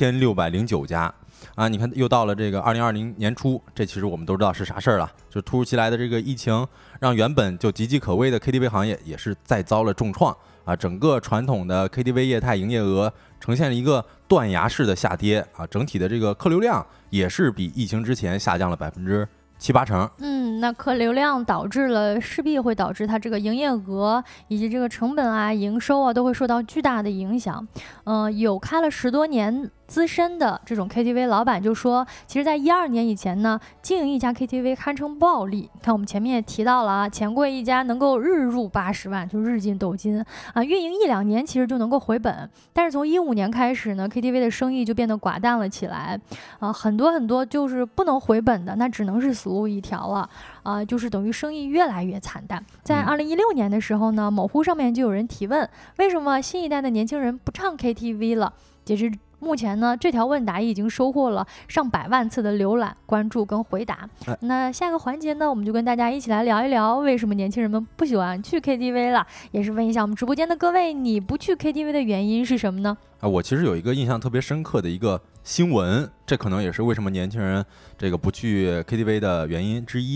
4609家。啊，你看又到了这个2020年初，这其实我们都知道是啥事儿了，就突如其来的这个疫情，让原本就岌岌可危的 KTV 行业也是再遭了重创啊！整个传统的 KTV 业态营业额呈现了一个断崖式的下跌啊，整体的这个客流量也是比疫情之前下降了7-8成。 那客流量势必会导致它这个营业额以及这个成本啊、营收啊都会受到巨大的影响。有开了10多年资深的这种 KTV 老板就说，其实在12年以前呢，经营一家 KTV 堪称暴利。看我们前面也提到了啊，钱柜一家能够日入80万，就日进斗金啊，运营1-2年其实就能够回本。但是从15年开始呢 ，KTV 的生意就变得寡淡了起来啊，很多就是不能回本的，那只能是死路一条了啊，就是等于生意越来越惨淡。在2016年的时候呢，某乎上面就有人提问，为什么新一代的年轻人不唱 KTV 了？截至目前呢，这条问答已经收获了上百万次的浏览、关注跟回答。那下个环节呢，我们就跟大家一起来聊一聊，为什么年轻人们不喜欢去 KTV 了，也是问一下我们直播间的各位，你不去 KTV 的原因是什么呢？ 我其实有一个印象特别深刻的一个新闻，这可能也是为什么年轻人这个不去 KTV 的原因之一哈。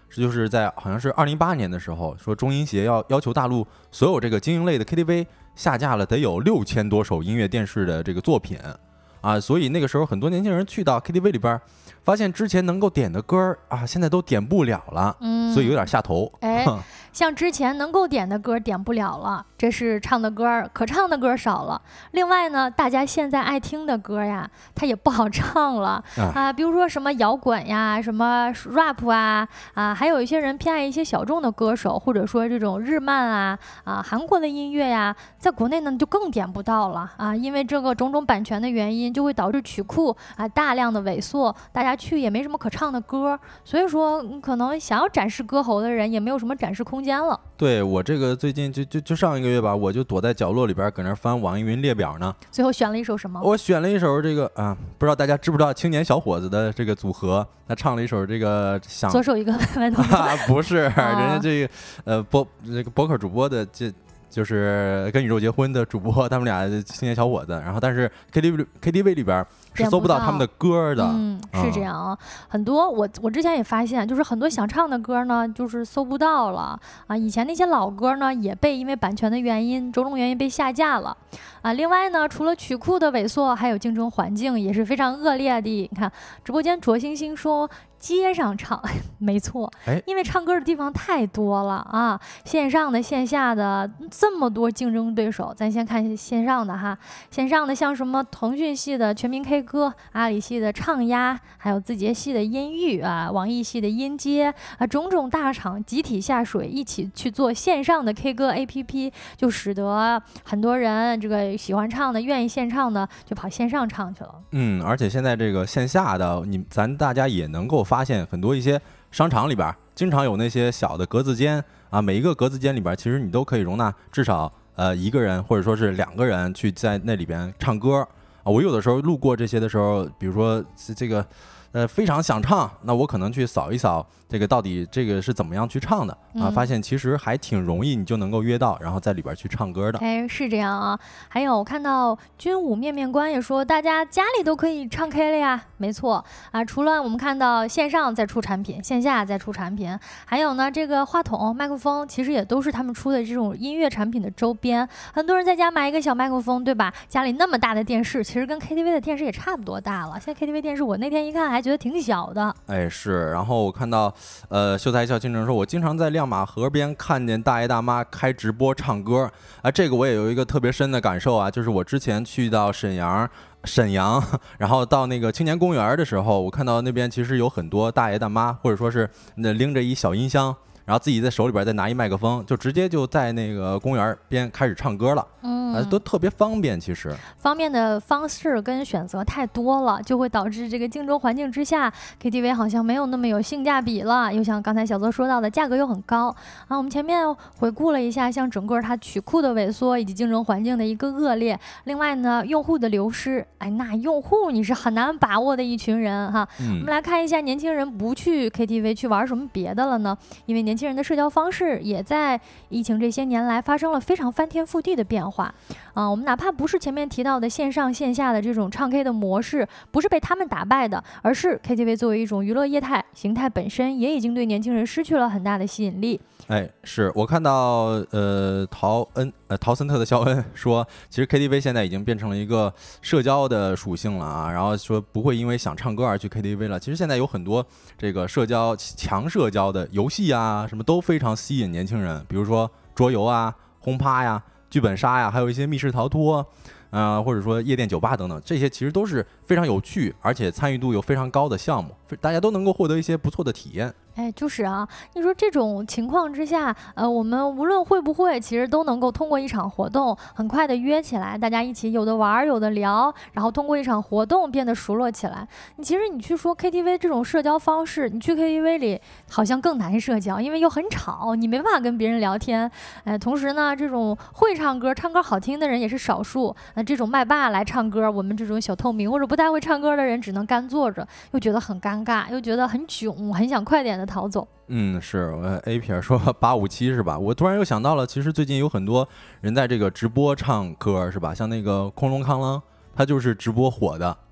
就是在好像是2018年的时候，说中音协要求大陆所有这个经营类的 KTV 下架了得有6000多首音乐电视的这个作品啊，所以那个时候很多年轻人去到 KTV 里边，发现之前能够点的歌啊，现在都点不了了，所以有点下头。 像之前能够点的歌点不了了，这是唱的歌可唱的歌少了。另外呢，大家现在爱听的歌呀，它也不好唱了啊，比如说什么摇滚呀，什么 rap 啊，还有一些人偏爱一些小众的歌手，或者说这种日漫韩国的音乐呀，在国内呢就更点不到了啊，因为这个种种版权的原因，就会导致曲库大量的萎缩，大家去也没什么可唱的歌，所以说可能想要展示歌喉的人也没有什么展示空间了。 对，我这个最近就上一个月吧，我就躲在角落里边搁那翻网易云列表呢。 最后选了一首什么？ 我选了一首这个不知道大家知不知道青年小伙子的这个组合，他唱了一首这个左手一个歪头不是人家这个博客主播的就是跟宇宙结婚的主播，他们俩青年小伙子，然后但是 KTV 里边是搜不到他们的歌的。 是这样啊，很多我之前也发现，就是很多想唱的歌呢，就是搜不到了啊。以前那些老歌呢，也被因为版权的原因、种种原因被下架了啊。另外呢，除了曲库的萎缩，还有竞争环境也是非常恶劣的。你看，直播间卓星星说。街上唱，没错，因为唱歌的地方太多了啊，线上的、线下的这么多竞争对手，咱先看线上的哈。线上的像什么腾讯系的全民 K 歌，阿里系的唱鸭，还有字节系的音域网易系的音阶种种大厂集体下水，一起去做线上的 K 歌 APP， 就使得很多人这个喜欢唱的、愿意现唱的，就跑线上唱去了。 而且现在这个线下的，咱大家也能够发现很多一些商场里边经常有那些小的格子间啊，每一个格子间里边其实你都可以容纳至少一个人或者说是2个人去在那里边唱歌啊。我有的时候路过这些的时候，比如说这个非常想唱，那我可能去扫一扫这个到底这个是怎么样去唱的啊，发现其实还挺容易，你就能够约到，然后在里边去唱歌的。 是这样啊。还有我看到军武面面观也说，大家家里都可以唱 K 了呀。没错啊，除了我们看到线上在出产品，线下在出产品，还有呢这个话筒、麦克风，其实也都是他们出的这种音乐产品的周边。很多人在家买一个小麦克风，对吧？家里那么大的电视，其实跟 KTV 的电视也差不多大了。现在 KTV 电视，我那天一看还觉得挺小的。 是。然后我看到秀才笑倾城说，我经常在亮马河边看见大爷大妈开直播唱歌啊，这个我也有一个特别深的感受啊，就是我之前去到沈阳，然后到那个青年公园的时候，我看到那边其实有很多大爷大妈，或者说是拎着一小音箱，然后自己在手里边再拿一麦克风，就直接就在那个公园边开始唱歌了。都特别方便，其实方便的方式跟选择太多了，就会导致这个竞争环境之下 KTV 好像没有那么有性价比了，又像刚才小泽说到的价格又很高啊。我们前面回顾了一下，像整个它曲库的萎缩以及竞争环境的一个恶劣，另外呢用户的流失，那用户你是很难把握的一群人哈。我们来看一下年轻人不去 KTV 去玩什么别的了呢？因为年轻人的社交方式也在疫情这些年来发生了非常翻天覆地的变化我们哪怕不是前面提到的线上线下的这种唱 K 的模式，不是被他们打败的，而是 KTV 作为一种娱乐业态形态本身也已经对年轻人失去了很大的吸引力。 是我看到陶森特的肖恩说，其实 KTV 现在已经变成了一个社交的属性了啊，然后说不会因为想唱歌而去 KTV 了。其实现在有很多这个强社交的游戏啊，什么都非常吸引年轻人，比如说桌游啊、轰趴呀、剧本杀呀，还有一些密室逃脱或者说夜店酒吧等等，这些其实都是非常有趣而且参与度又非常高的项目，大家都能够获得一些不错的体验。 就是啊，你说这种情况之下，我们无论会不会，其实都能够通过一场活动很快的约起来，大家一起有的玩有的聊，然后通过一场活动变得熟络起来。其实你去说 KTV 这种社交方式，你去 KTV 里好像更难社交，因为又很吵，你没办法跟别人聊天。同时呢，这种会唱歌好听的人也是少数。这种麦霸来唱歌，我们这种小透明或者不太会唱歌的人只能干坐着，又觉得很尴尬，又觉得很囧，很想快点的逃走。 是A 撇说857是吧？我突然又想到了，其实最近有很多人在这个直播唱歌是吧？像那个空龙康啷，他就是直播火的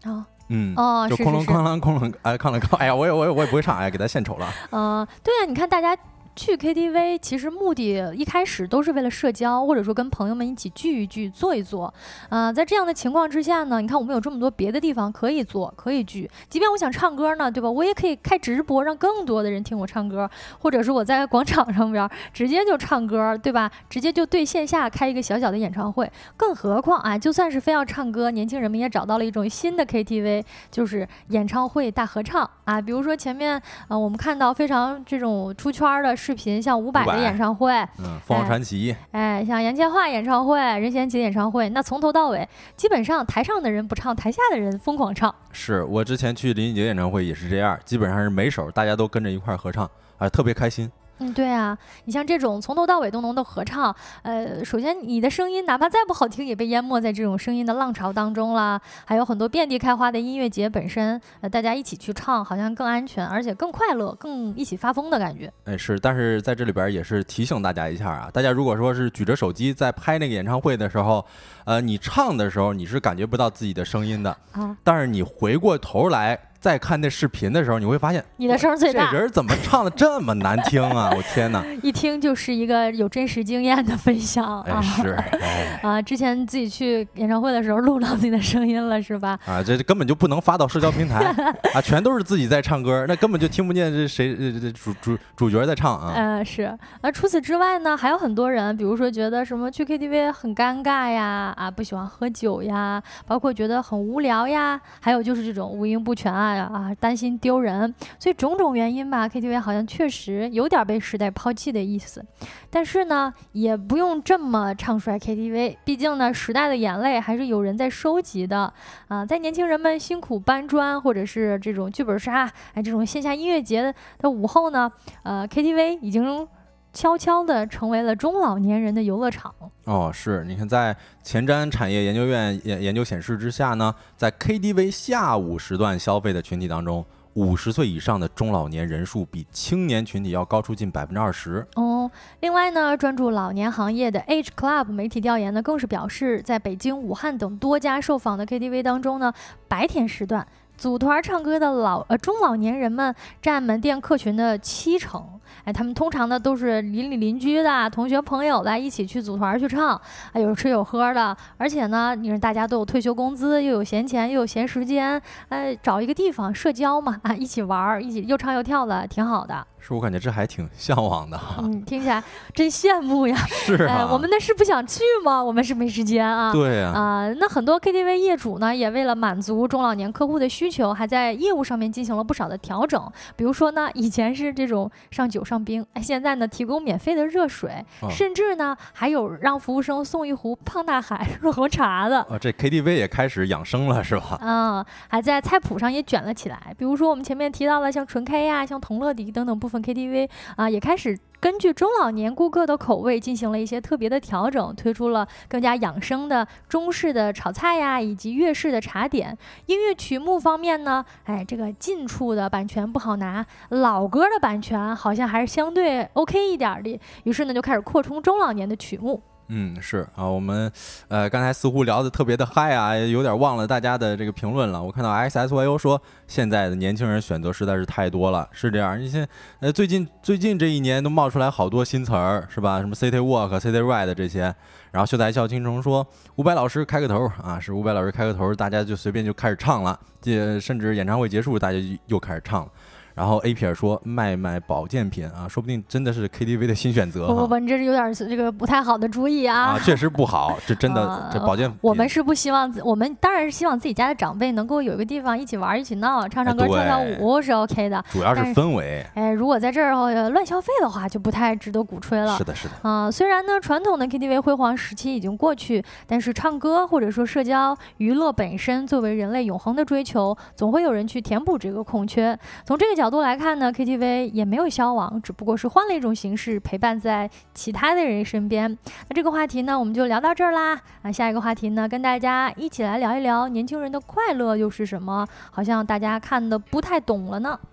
哦， 就哐啷是是是， 哐啷哐啷，哎，哐啷哐，哎呀，我也不会唱，哎，给他献丑了。 对啊，你看大家去 KTV，其实目的一开始都是为了社交，或者说跟朋友们一起聚一聚、坐一坐。在这样的情况之下呢，你看我们有这么多别的地方可以坐、可以聚。即便我想唱歌呢，对吧？我也可以开直播，让更多的人听我唱歌，或者是我在广场上边直接就唱歌，对吧？直接就对线下开一个小小的演唱会。更何况啊，就算是非要唱歌，年轻人们也找到了一种新的 KTV，就是演唱会大合唱啊。比如说前面我们看到非常这种出圈的视频，像伍佰的演唱会， 凤凰传奇， 像杨千嬅演唱会、任贤齐演唱会，那从头到尾基本上台上的人不唱，台下的人疯狂唱。 是我之前去林俊杰演唱会也是这样，基本上是每首大家都跟着一块合唱，特别开心。 对啊，你像这种从头到尾都能的合唱，首先你的声音哪怕再不好听，也被淹没在这种声音的浪潮当中啦。还有很多遍地开花的音乐节本身，大家一起去唱，好像更安全，而且更快乐，更一起发疯的感觉。 是，但是在这里边也是提醒大家一下啊，大家如果说是举着手机在拍那个演唱会的时候，你唱的时候你是感觉不到自己的声音的但是你回过头来再看那视频的时候，你会发现你的声最大， 这人怎么唱的这么难听啊！我天哪， 一听就是一个有真实经验的分享啊！ 是之前自己去演唱会的时候录到自己的声音了，是吧？ 这根本就不能发到社交平台全都是自己在唱歌，那根本就听不见这谁主角在唱啊！ 是除此之外呢，还有很多人，比如说觉得什么去 KTV 很尴尬呀，不喜欢喝酒呀，包括觉得很无聊呀，还有就是这种五音不全担心丢人，所以种种原因吧 ，KTV 好像确实有点被时代抛弃的意思。但是呢，也不用这么唱衰 KTV， 毕竟呢，时代的眼泪还是有人在收集的在年轻人们辛苦搬砖或者是这种剧本杀，这种线下音乐节的午后呢，KTV 已经悄悄地成为了中老年人的游乐场。 是，你看，在前瞻产业研究院研究显示之下呢，在 KTV 下午时段消费的群体当中，50岁以上的中老年人数比青年群体要高出近20%。 另外呢，专注老年行业的 Age Club 媒体调研呢，更是表示，在北京、武汉等多家受访的 KTV 当中呢，白天时段组团唱歌的中老年人们占门店客群的70%。他们通常呢都是邻里邻居的同学朋友的一起去组团去唱，有吃有喝的，而且呢，你说大家都有退休工资，又有闲钱，又有闲时间，找一个地方社交嘛，一起玩，一起又唱又跳的，挺好的。 是我感觉这还挺向往的听起来真羡慕呀。 是我们那是不想去吗？我们是没时间啊。 对那很多 KTV 业主呢，也为了满足中老年客户的需求，还在业务上面进行了不少的调整。比如说呢，以前是这种上酒上冰，现在呢提供免费的热水，甚至呢还有让服务生送一壶胖大海热红茶的。 这 KTV 也开始养生了是吧？ 还在菜谱上也卷了起来。比如说我们前面提到了像纯 K 呀、像同乐迪等等部分 KTV 也开始根据中老年顾客的口味进行了一些特别的调整，推出了更加养生的中式的炒菜呀，以及粤式的茶点。音乐曲目方面呢，这个近处的版权不好拿，老歌的版权好像还是相对 OK 一点的，于是呢就开始扩充中老年的曲目。 是我们刚才似乎聊得特别的嗨有点忘了大家的这个评论了。我看到 XSYO 说，现在的年轻人选择实在是太多了，是这样。你现最近这一年都冒出来好多新词儿，是吧？什么 City Walk、City Ride 这些。然后秀才笑倾城说，伍佰老师开个头是伍佰老师开个头，大家就随便就开始唱了，甚至演唱会结束，大家又开始唱了。然后 A 撇说卖保健品说不定真的是 KTV 的新选择。 不，你这是有点这个不太好的主意确实不好，这真的这保健品。 我们是不希望，我们当然是希望自己家的长辈能够有一个地方一起玩、一起闹、唱歌、跳跳舞是 OK 的。 主要是氛围。 如果在这儿乱消费的话，就不太值得鼓吹了。 是的。 虽然呢传统的 KTV 辉煌时期已经过去，但是唱歌或者说社交娱乐本身作为人类永恒的追求，总会有人去填补这个空缺。从这个角度来看呢 ，KTV 也没有消亡，只不过是换了一种形式陪伴在其他的人身边。那这个话题呢，我们就聊到这儿啦。下一个话题呢，跟大家一起来聊一聊年轻人的快乐又是什么？好像大家看的不太懂了呢。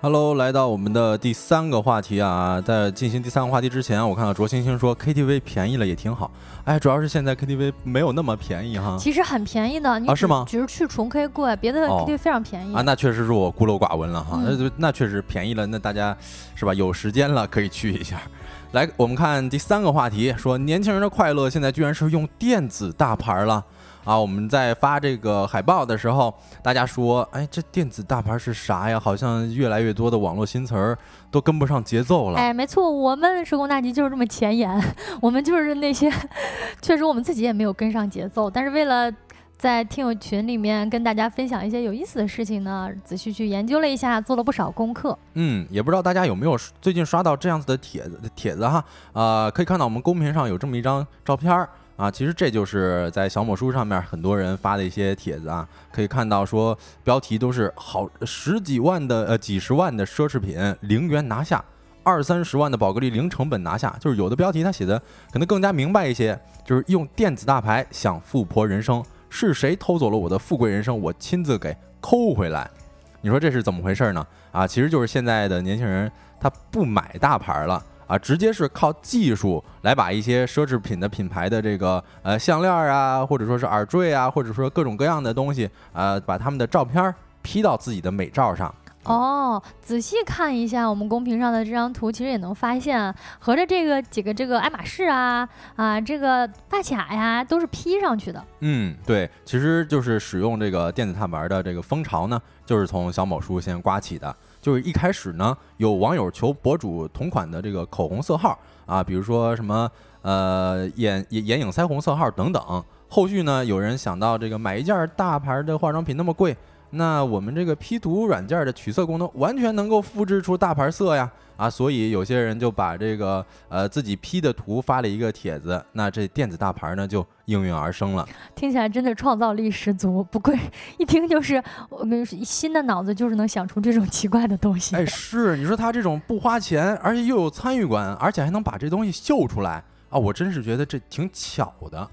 Hello， 来到我们的第3个话题啊，在进行第3个话题之前，我看到卓星星说 KTV 便宜了也挺好，哎，主要是现在 KTV 没有那么便宜哈。 其实很便宜的，你是吗？ 只是去重 K 贵，别的 KTV 非常便宜啊，那确实是我孤陋寡闻了哈，那确实便宜了，那大家是吧？有时间了可以去一下。来，我们看第3个话题，说年轻人的快乐现在居然是用电子大牌了。啊，我们在发这个海报的时候，大家说，哎，这电子大牌是啥呀？好像越来越多的网络新词儿都跟不上节奏了。 哎，没错，我们手工大集就是这么前沿，我们就是那些，确实我们自己也没有跟上节奏，但是为了在听友群里面跟大家分享一些有意思的事情呢，仔细去研究了一下，做了不少功课。 也不知道大家有没有最近刷到这样子的帖子哈，可以看到我们公屏上有这么一张照片儿。啊，其实这就是在小某书上面很多人发的一些帖子啊，可以看到说标题都是十几万的几十万的奢侈品0元拿下，20-30万的宝格丽零成本拿下，就是有的标题他写的可能更加明白一些，就是用电子大牌享富婆人生，是谁偷走了我的富贵人生，我亲自给抠回来。你说这是怎么回事呢？啊，其实就是现在的年轻人他不买大牌了。啊，直接是靠技术来把一些奢侈品的品牌的这个项链啊，或者说是耳坠啊，或者说各种各样的东西，把他们的照片 P 到自己的美照上。 哦，仔细看一下我们公屏上的这张图，其实也能发现，合着几个这个爱马仕啊这个大卡呀，都是 P 上去的。 对，其实就是使用这个电子踏板的这个风潮呢，就是从小某书先刮起的。就是一开始呢，有网友求博主同款的这个口红色号啊，比如说什么眼影腮红色号等等。后续呢，有人想到这个买一件大牌的化妆品那么贵，那我们这个 P 图软件的取色功能完全能够复制出大牌色呀。啊，所以有些人就把这个自己 P 的图发了一个帖子，那这电子大牌呢就应运而生了。 听起来真的创造力十足，不愧一听就是我们新的脑子就是能想出这种奇怪的东西。 哎，是，你说他这种不花钱，而且又有参与感，而且还能把这东西秀出来啊，我真是觉得这挺巧的。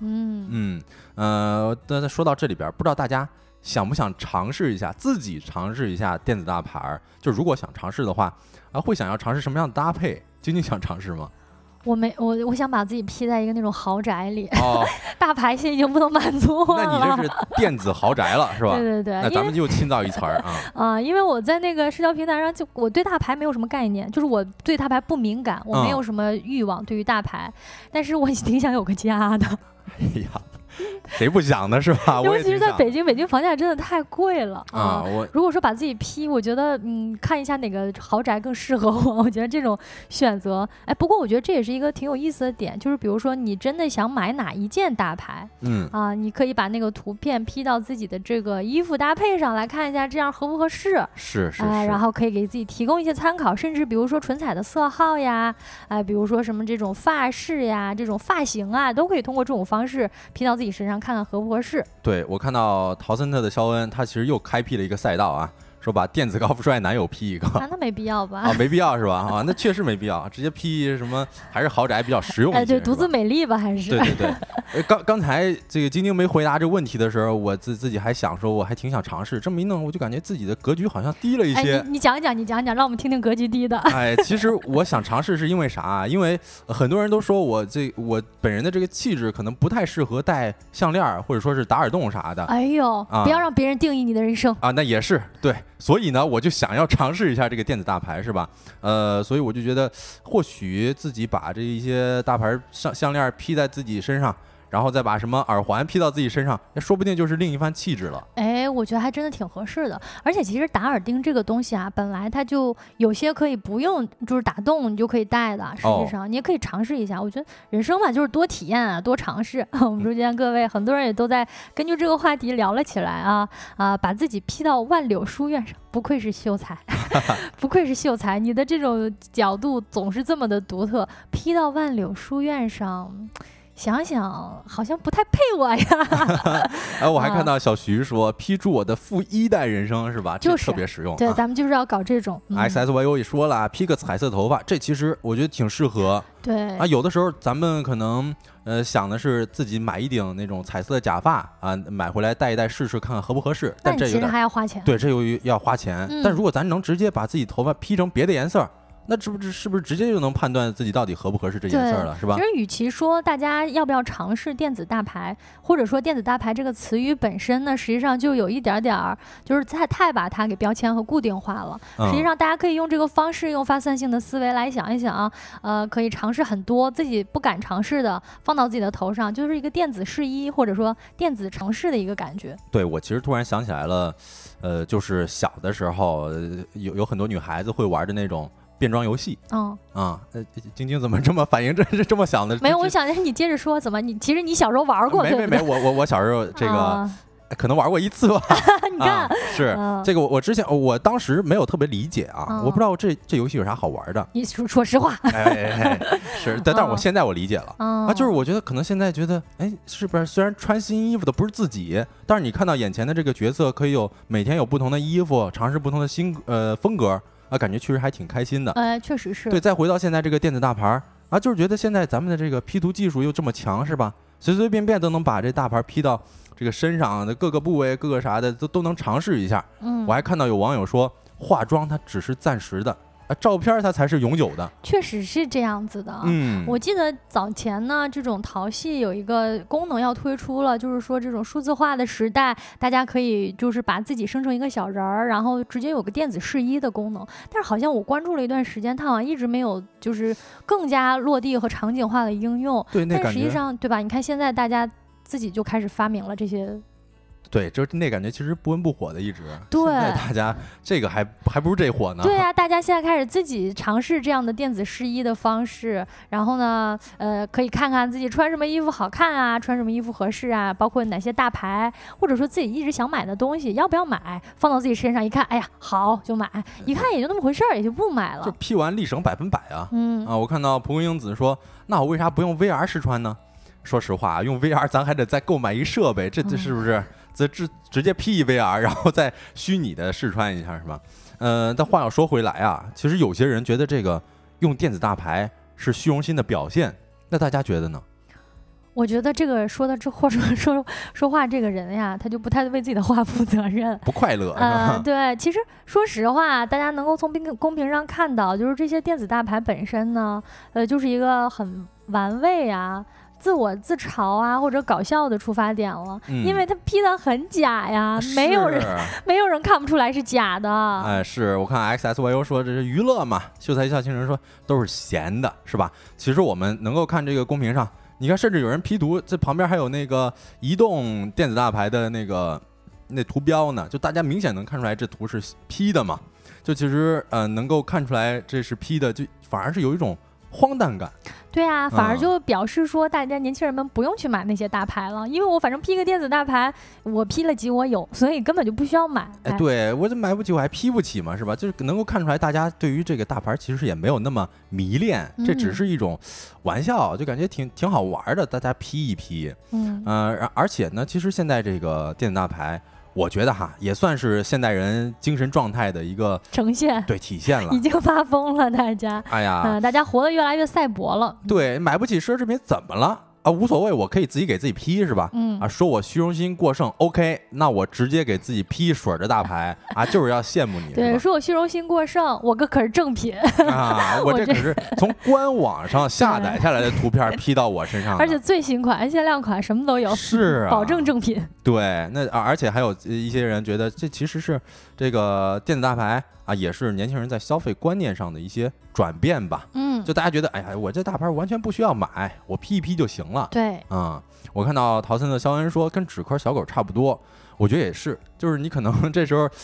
那说到这里边，不知道大家想不想尝试一下，自己尝试一下电子大牌？就如果想尝试的话，会想要尝试什么样的搭配？晶晶想尝试吗？ 我想把自己 P 在一个那种豪宅里，大牌现在已经不能满足我了。 那你这是电子豪宅了，是吧？ 对， 那咱们就亲造一词儿啊。 因为我在那个社交平台上，我对大牌没有什么概念，就是我对大牌不敏感，我没有什么欲望对于大牌，但是我挺想有个家的。 哎呀。谁不想的是吧？ 尤其是在北京房价真的太贵了啊！ 如果说把自己 P， 我觉得看一下哪个豪宅更适合我，我觉得这种选择，哎，不过我觉得这也是一个挺有意思的点，就是比如说你真的想买哪一件大牌，你可以把那个图片 P 到自己的这个衣服搭配上来看一下，这样合不合适？ 是， 然后可以给自己提供一些参考，甚至比如说唇彩的色号呀，比如说什么这种发饰呀、这种发型啊，都可以通过这种方式 P 到自己身上，看看合不合适。 对，我看到陶森特的肖恩，他其实又开辟了一个赛道啊，说把电子高富帅男友 P 一个， 那没必要吧？ 啊，没必要是吧？那确实没必要，直接 P 什么还是豪宅比较实用一些。 对，独自美丽吧，还是？ 对。刚才这个晶晶没回答这个问题的时候，我自己还想说，我还挺想尝试。这么一弄，我就感觉自己的格局好像低了一些。 你讲讲，让我们听听格局低的。 其实我想尝试是因为啥？因为很多人都说我本人的这个气质可能不太适合戴项链或者说是打耳洞啥的。 哎呦，不要让别人定义你的人生啊！那也是对，所以呢，我就想要尝试一下这个电子大牌，是吧？所以我就觉得，或许自己把这一些大牌项链 P 在自己身上。然后再把什么耳环 P 到自己身上，说不定就是另一番气质了。 哎，我觉得还真的挺合适的。而且其实打耳钉这个东西啊，本来它就有些可以不用，就是打洞你就可以戴的。实际上你也可以尝试一下。我觉得人生嘛，就是多体验啊，多尝试。我们中间各位很多人也都在根据这个话题聊了起来啊，把自己 P 到万柳书院上。不愧是秀才，不愧是秀才，你的这种角度总是这么的独特。P 到万柳书院上， 想想好像不太配我呀。 哎，我还看到小徐说批注我的富1代人生是吧？ 就是特别实用。 对，咱们就是要搞这种。 XSYO 也说了，披个彩色头发，这其实我觉得挺适合。 对啊，有的时候咱们可能想的是自己买一顶那种彩色的假发啊，买回来戴一戴试试看看合不合适，但这其实还要花钱。 对，这又要花钱。但如果咱能直接把自己头发披成别的颜色，那是不是直接就能判断自己到底合不合适这件事了，是吧？ 其实与其说大家要不要尝试电子大牌，或者说电子大牌这个词语本身呢，实际上就有一点点就是太把它给标签和固定化了。实际上大家可以用这个方式，用发散性的思维来想一想，可以尝试很多自己不敢尝试的，放到自己的头上，就是一个电子试衣或者说电子尝试的一个感觉。 对，我其实突然想起来了，就是小的时候有很多女孩子会玩的那种变装游戏。晶晶怎么这么反应这么想的？ 没有，我想你接着说，怎么其实你小时候玩过？ 没，我小时候这个。可能玩过一次吧。 你看， 是这个我之前我当时没有特别理解啊，我不知道这游戏有啥好玩的。 你说实话。 是，但是我现在我理解了啊，就是我觉得可能现在觉得，哎，是不是虽然穿新衣服的不是自己，但是你看到眼前的这个角色可以每天有不同的衣服，尝试不同的新风格啊，感觉确实还挺开心的。 确实是。 对，再回到现在这个电子大牌啊，就是觉得现在咱们的这个 P 图技术又这么强，是吧？随随便便都能把这大牌 P 到这个身上的各个部位、各个啥的都能尝试一下。我还看到有网友说，化妆它只是暂时的，照片它才是永久的。 确实是这样子的。我记得早前呢，这种淘系有一个功能要推出了，就是说这种数字化的时代，大家可以就是把自己生成一个小人儿，然后直接有个电子试衣的功能。但是好像我关注了一段时间，它好像一直没有就是更加落地和场景化的应用。 对，那但实际上，对吧？你看现在大家自己就开始发明了这些。 对，就是那感觉其实不温不火的一直。 对， 现在大家这个还不如这火呢。 对啊，大家现在开始自己尝试这样的电子试衣的方式，然后呢，可以看看自己穿什么衣服好看啊，穿什么衣服合适啊，包括哪些大牌，或者说自己一直想买的东西，要不要买，放到自己身上一看，哎呀，好就买，一看也就那么回事儿，也就不买了。 就 P 完立省100%啊。我看到蒲公英子说，那我为啥不用 VR 试穿呢？说实话，用 VR 咱还得再购买一设备，这是不是？直接 P 一 VR， 然后再虚拟的试穿一下，是吧？但话要说回来啊，其实有些人觉得这个用电子大牌是虚荣心的表现，那大家觉得呢？ 我觉得这个说的或者说话这个人呀，他就不太为自己的话负责任， 不快乐。 对，其实说实话，大家能够从公屏上看到，就是这些电子大牌本身呢，就是一个很玩味啊。自我自嘲啊，或者搞笑的出发点了，因为它 P 的很假呀，没有人看不出来是假的。 哎，是我看 XSYO 说这是娱乐嘛，秀才笑星人说都是闲的，是吧？其实我们能够看这个公屏上，你看，甚至有人 P 图，这旁边还有那个移动电子大牌的那图标呢，就大家明显能看出来这图是 P 的嘛，就其实能够看出来这是 P 的，就反而是有一种荒诞感。 对啊，反而就表示说大家年轻人们不用去买那些大牌了，因为我反正 P 个电子大牌，我 P 了级我有，所以根本就不需要买。 对，我这买不起我还 P 不起嘛，是吧？就是能够看出来大家对于这个大牌其实也没有那么迷恋，这只是一种玩笑，就感觉挺好玩的，大家 P 一 P。而且呢，其实现在这个电子大牌，我觉得也算是现代人精神状态的一个呈现， 对，体现了， 已经发疯了，大家。 哎呀， 大家活得越来越赛博了。 对，买不起奢侈品怎么了？无所谓，我可以自己给自己 P 是吧？说我虚荣心过剩 ，OK， 那我直接给自己 P 水的大牌就是要羡慕你。 对，说我虚荣心过剩，我可是正品我这可是从官网上下载下来的图片 P 到我身上的， 而且最新款、限量款什么都有， 是保证正品。 对，那而且还有一些人觉得这其实是这个电子大牌也是年轻人在消费观念上的一些转变吧。就大家觉得，哎呀，我这大牌完全不需要买，我 P 一 P 就行了。 对， 我看到陶森的肖恩说跟纸壳小狗差不多，我觉得也是，就是你可能这时候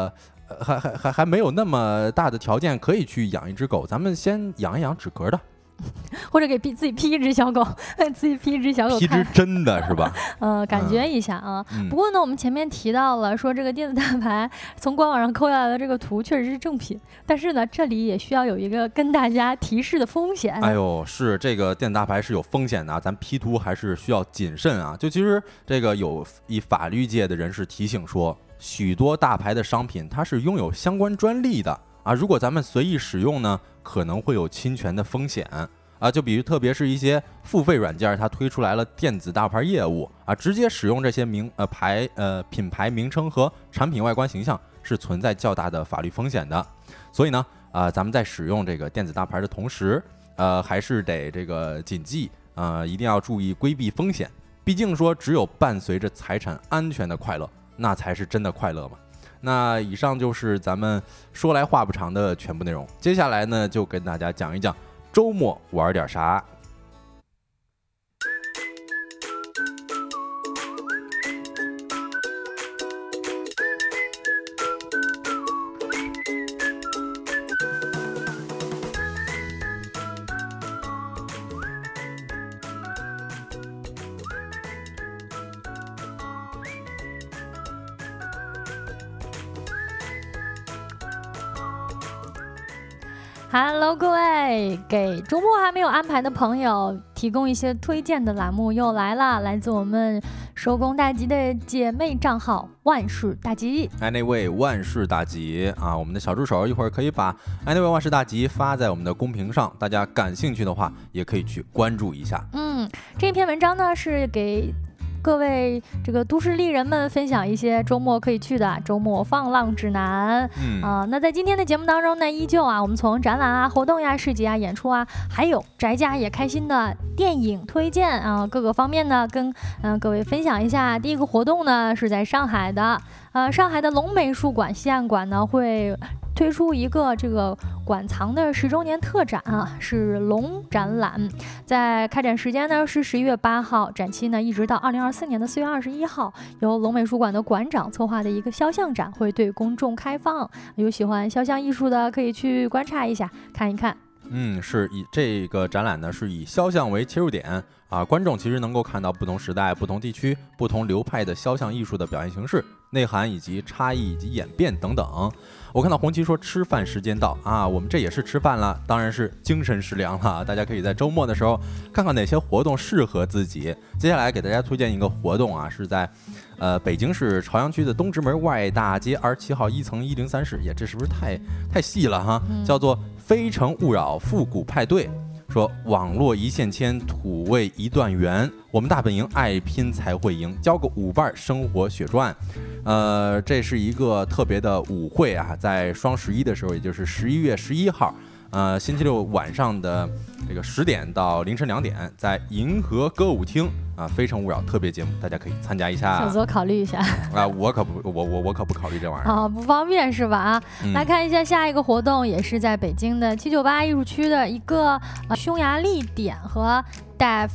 还没有那么大的条件可以去养一只狗，咱们先养一养纸壳的或者给自己 P 一只小狗，自己 P 一只小狗， P 只真的是吧？ 感觉一下啊。不过呢，我们前面提到了说这个电子大牌从官网上抠下来的这个图确实是正品，但是呢，这里也需要有一个跟大家提示的风险。 哎呦，是这个电子大牌是有风险的啊，咱 P 图还是需要谨慎啊。就其实这个有一法律界的人士提醒说，许多大牌的商品它是拥有相关专利的啊，如果咱们随意使用呢，可能会有侵权的风险。就比如特别是一些付费软件，它推出来了电子大牌业务啊，直接使用这些品牌名称和产品外观形象是存在较大的法律风险的。所以呢，咱们在使用这个电子大牌的同时，还是得这个谨记一定要注意规避风险。毕竟说只有伴随着财产安全的快乐，那才是真的快乐嘛。那以上就是咱们说来话不长的全部内容，接下来呢就跟大家讲一讲周末玩点啥。 Hello， 各位，给周末还没有安排的朋友提供一些推荐的栏目又来了，来自我们收工大吉的姐妹账号万事大吉。 Anyway， 万事大吉啊！我们的小助手一会儿可以把 Anyway 万事大吉发在我们的公屏上，大家感兴趣的话也可以去关注一下。 这篇文章呢是给各位这个都市丽人们分享一些周末可以去的周末放浪指南。那在今天的节目当中呢，依旧我们从展览啊、活动呀、市集啊、演出啊，还有宅家也开心的电影推荐各个方面呢，跟各位分享一下。第一个活动呢是在上海的，上海的龙美术馆西岸馆呢会推出一个这个馆藏的10周年特展是龙展览，在开展时间呢是11月8号，展期呢一直到2024年的4月21号，由龙美术馆的馆长策划的一个肖像展会对公众开放，有喜欢肖像艺术的可以去观察一下看一看。 是以这个展览呢是以肖像为切入点观众其实能够看到不同时代、不同地区、不同流派的肖像艺术的表现形式、内涵以及差异以及演变等等。我看到红旗说吃饭时间到我们这也是吃饭了，当然是精神食粮了。大家可以在周末的时候看看哪些活动适合自己。接下来给大家推荐一个活动是在北京市朝阳区的东直门外大街27号1层103室，这是不是太细了哈？叫做非诚勿扰复古派对。说网络一线牵，土味一段缘，我们大本营爱拼才会赢，交个舞伴生活血赚。这是一个特别的舞会在双11的时候，也就是11月11号星期六晚上的这个10点到凌晨2点，在银河歌舞厅非诚勿扰特别节目，大家可以参加一下。 小泽考虑一下我可不考虑这玩意儿不方便是吧来看一下下一个活动，也是在北京的798艺术区的一个匈牙利点和De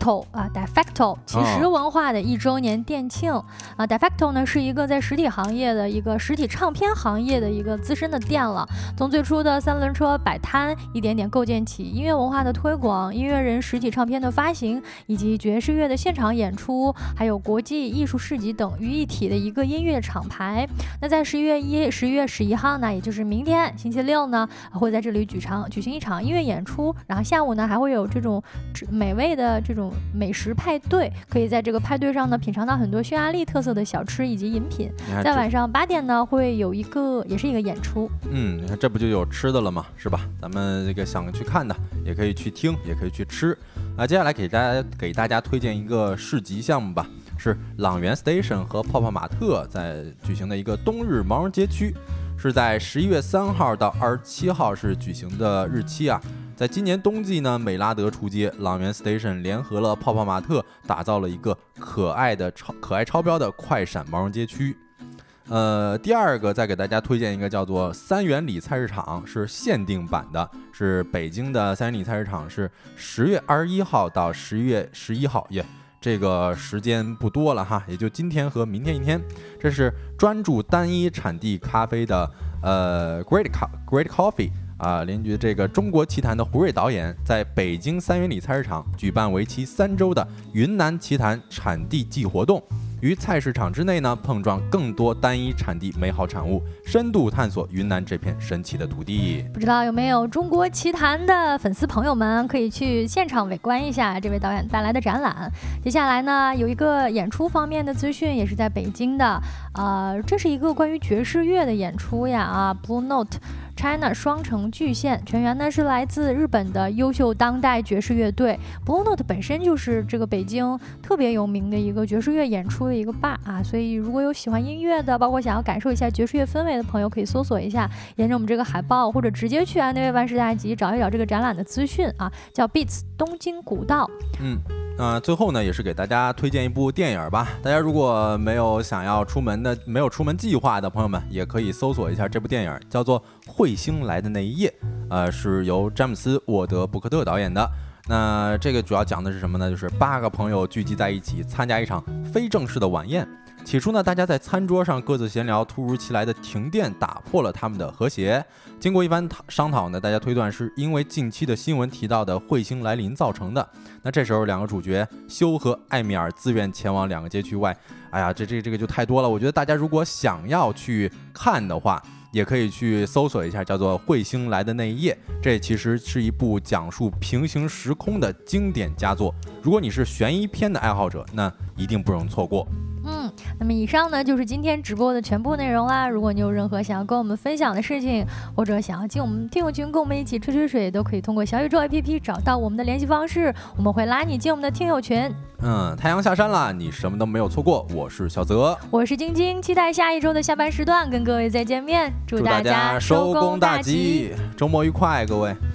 facto 其实文化的1周年店庆De facto 呢是一个在实体行业的一个实体唱片行业的一个资深的店了，从最初的3轮车摆摊一点点构建起音乐文化的推广、音乐人实体唱片的发行，以及爵士乐的现场演出，还有国际艺术市集等于一体的一个音乐厂牌。那在11月11号呢，也就是明天星期六呢，会在这里举行一场音乐演出，然后下午呢还会有这种美味的这种美食派对，可以在这个派对上呢品尝到很多匈牙利特色的小吃以及饮品。在晚上8点呢会有也是一个演出。 你看这不就有吃的了吗？是吧？咱们这个想去看的也可以去听，也可以去吃接下来给大家推荐一个市集项目吧，是朗园 Station 和泡泡玛特在举行的一个冬日毛绒街区，是在11月3号到27号是举行的日期在今年冬季呢，美拉德出街，朗园 Station 联合了泡泡玛特，打造了一个可爱超标的快闪毛绒街区。第二个再给大家推荐一个叫做三元里菜市场，是限定版的，是北京的三元里菜市场，是10月21号到11月11号这个时间不多了也就今天和明天一天。这是专注单一产地咖啡的Great Coffee 邻居这个中国奇谭的胡瑞导演在北京三元里菜市场举办为期3周的云南奇谭产地季活动。于菜市场之内呢，碰撞更多单一产地美好产物，深度探索云南这片神奇的土地。 不知道有没有中国奇谭的粉丝朋友们可以去现场围观一下这位导演带来的展览。接下来呢，有一个演出方面的资讯，也是在北京的，这是一个关于爵士乐的演出呀，Blue Note。China 双城巨献，全员呢是来自日本的优秀当代爵士乐队。Blue Note 本身就是这个北京特别有名的一个爵士乐演出的一个吧所以如果有喜欢音乐的，包括想要感受一下爵士乐氛围的朋友，可以搜索一下，沿着我们这个海报，或者直接去安内卫万事大集找一找这个展览的资讯叫 Beats 东京古道。 最后呢，也是给大家推荐一部电影吧。大家如果没有想要出门的、没有出门计划的朋友们，也可以搜索一下这部电影，叫做《彗星来的那一夜》，是由詹姆斯·沃德·布克特导演的。那这个主要讲的是什么呢？就是8个朋友聚集在一起，参加一场非正式的晚宴。起初呢，大家在餐桌上各自闲聊，突如其来的停电打破了他们的和谐。经过一番商讨呢，大家推断是因为近期的新闻提到的彗星来临造成的。那这时候2个主角修和艾米尔自愿前往2个街区外。这个就太多了。我觉得大家如果想要去看的话，也可以去搜索一下，叫做《彗星来的那一夜》。这其实是一部讲述平行时空的经典佳作。如果你是悬疑片的爱好者，那一定不容错过。 那么以上呢就是今天直播的全部内容啦。如果你有任何想要跟我们分享的事情，或者想要进我们听友群跟我们一起吹吹水，都可以通过小宇宙 APP 找到我们的联系方式，我们会拉你进我们的听友群。 太阳下山了，你什么都没有错过。我是小泽， 我是晶晶，期待下一周的下班时段跟各位再见面。祝大家收工大吉，周末愉快，各位。